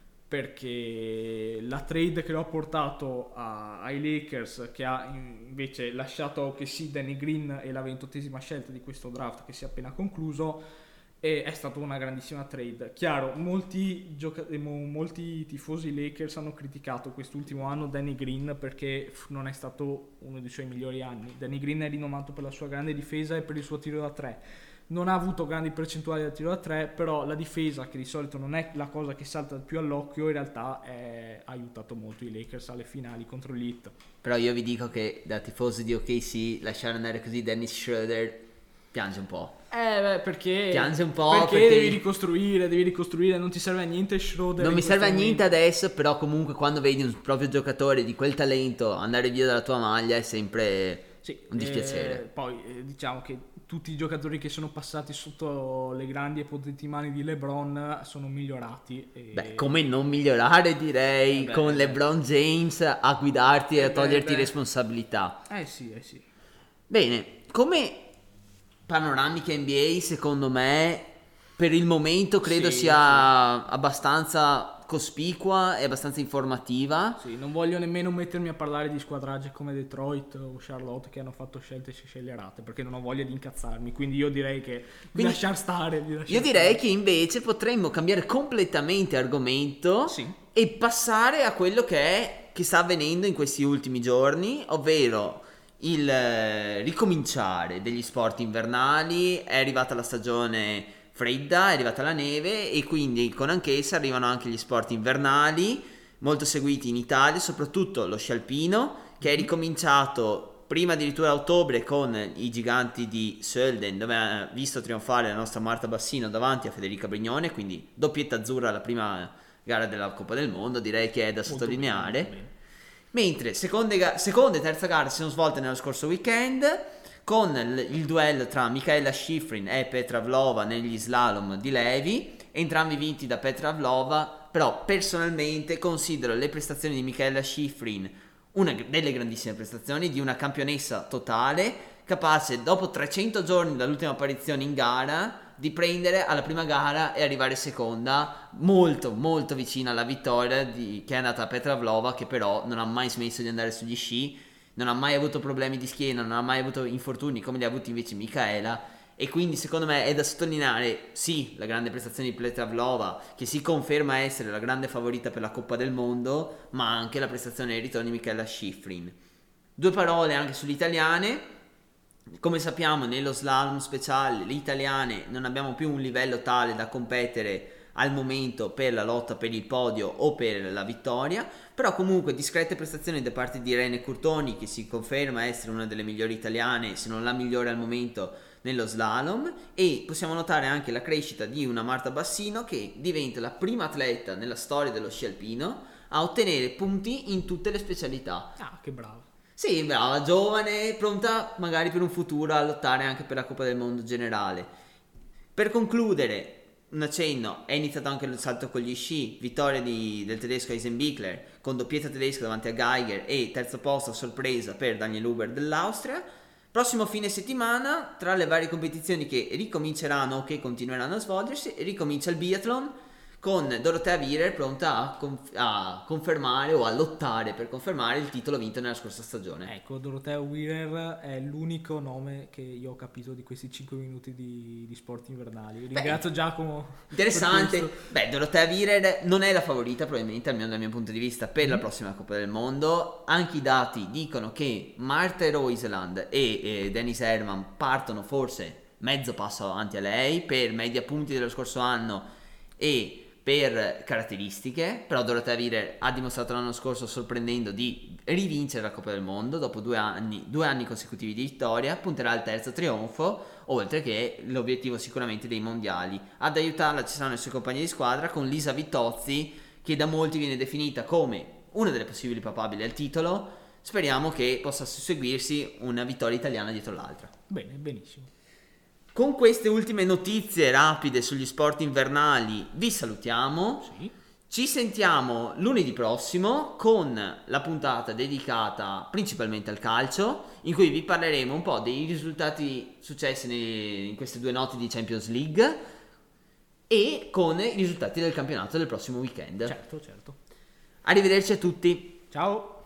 perché la trade che l'ho portato a, ai Lakers, che ha invece lasciato a O K C Danny Green e la ventottesima scelta di questo draft che si è appena concluso, e è stata una grandissima trade. Chiaro, molti, gioca- molti tifosi Lakers hanno criticato quest'ultimo anno Danny Green perché non è stato uno dei suoi migliori anni. Danny Green è rinomato per la sua grande difesa e per il suo tiro da tre. Non ha avuto grandi percentuali da tiro da tre, però la difesa, che di solito non è la cosa che salta più all'occhio, in realtà è, ha aiutato molto i Lakers alle finali contro gli Heat.
Però io vi dico che da tifoso di O K C lasciare andare così Dennis Schroeder piange un po'.
Eh beh, perché
piange un po'
perché,
perché
devi ricostruire, devi ricostruire, non ti serve a niente Schroeder.
non mi serve a niente
momento.
adesso, però comunque quando vedi un proprio giocatore di quel talento andare via dalla tua maglia è sempre
Sì,
un dispiacere.
eh, poi eh, diciamo che tutti i giocatori che sono passati sotto le grandi e potenti mani di LeBron sono migliorati. E...
Beh, come non migliorare, direi,
Eh beh,
con
eh
LeBron James a guidarti e
Eh
a
beh,
toglierti
beh.
responsabilità.
Eh sì, eh sì.
Bene, come panoramica N B A, secondo me, per il momento credo
Sì,
sia abbastanza cospicua e abbastanza informativa.
Sì, non voglio nemmeno mettermi a parlare di squadraggi come Detroit o Charlotte che hanno fatto scelte scellerate, perché non ho voglia di incazzarmi, quindi io direi che di
Quindi
lasciar stare. Di lasciar
Io direi
stare.
che invece potremmo cambiare completamente argomento
Sì.
e passare a quello che è che sta avvenendo in questi ultimi giorni, ovvero il eh, ricominciare degli sport invernali. È arrivata la stagione fredda, è arrivata la neve e quindi con anch'essa arrivano anche gli sport invernali molto seguiti in Italia, soprattutto lo sci alpino, che è ricominciato prima addirittura a ottobre con i giganti di Sölden, dove ha visto trionfare la nostra Marta Bassino davanti a Federica Brignone, quindi doppietta azzurra la prima gara della Coppa del Mondo, direi che è da
Molto
sottolineare.
bene, molto bene.
Mentre seconde ga- seconda e terza gara si sono svolte nello scorso weekend con il, il duello tra Michaela Schifrin e Petra Vlova negli slalom di Levi, entrambi vinti da Petra Vlova. Però personalmente considero le prestazioni di Michaela Schifrin una delle grandissime prestazioni di una campionessa totale, capace dopo trecento giorni dall'ultima apparizione in gara di prendere alla prima gara e arrivare seconda, molto molto vicina alla vittoria di, che è andata a Petra Vlova, che però non ha mai smesso di andare sugli sci, non ha mai avuto problemi di schiena, non ha mai avuto infortuni come li ha avuti invece Michaela. E quindi secondo me è da sottolineare sì la grande prestazione di Petra Vlova, che si conferma essere la grande favorita per la Coppa del Mondo, ma anche la prestazione di ritorno di Michaela Schifrin. Due parole anche sulle italiane. Come sappiamo, nello slalom speciale le italiane non abbiamo più un livello tale da competere al momento per la lotta per il podio o per la vittoria, però comunque discrete prestazioni da parte di Irene Curtoni, che si conferma essere una delle migliori italiane, se non la migliore al momento nello slalom, e possiamo notare anche la crescita di una Marta Bassino che diventa la prima atleta nella storia dello sci alpino a ottenere punti in tutte le specialità.
Ah, che brava.
Sì, brava, giovane, pronta magari per un futuro a lottare anche per la Coppa del Mondo generale. Per concludere, un accenno, è iniziato anche il salto con gli sci, vittoria di, del tedesco Eisenbichler con doppietta tedesca davanti a Geiger e terzo posto a sorpresa per Daniel Huber dell'Austria. Prossimo fine settimana, tra le varie competizioni che ricominceranno o che continueranno a svolgersi, ricomincia il biathlon con Dorothea Virer pronta a, conf- a confermare o a lottare per confermare il titolo vinto nella scorsa stagione.
Ecco, Dorothea Virer è l'unico nome che io ho capito di questi cinque minuti di, di sport invernali. Ringrazio Beh, Giacomo.
Interessante. Beh, Dorothea Virer non è la favorita probabilmente, almeno dal mio punto di vista, per mm. la prossima Coppa del Mondo. Anche i dati dicono che Marte Roiseland e, e Dennis Herrmann partono forse mezzo passo avanti a lei per media punti dello scorso anno e per caratteristiche, però Dorothea Virer ha dimostrato l'anno scorso, sorprendendo, di rivincere la Coppa del Mondo dopo due anni, due anni consecutivi di vittoria. Punterà al terzo trionfo, oltre che l'obiettivo sicuramente dei mondiali. Ad aiutarla ci saranno i suoi compagni di squadra, con Lisa Vittozzi, che da molti viene definita come una delle possibili papabili al titolo. Speriamo che possa susseguirsi una vittoria italiana dietro l'altra.
Bene, benissimo.
Con queste ultime notizie rapide sugli sport invernali vi salutiamo.
Sì.
Ci sentiamo lunedì prossimo con la puntata dedicata principalmente al calcio, in cui vi parleremo un po' dei risultati successi nei, in queste due notti di Champions League e con i risultati del campionato del prossimo weekend.
Certo, certo.
Arrivederci a tutti.
Ciao.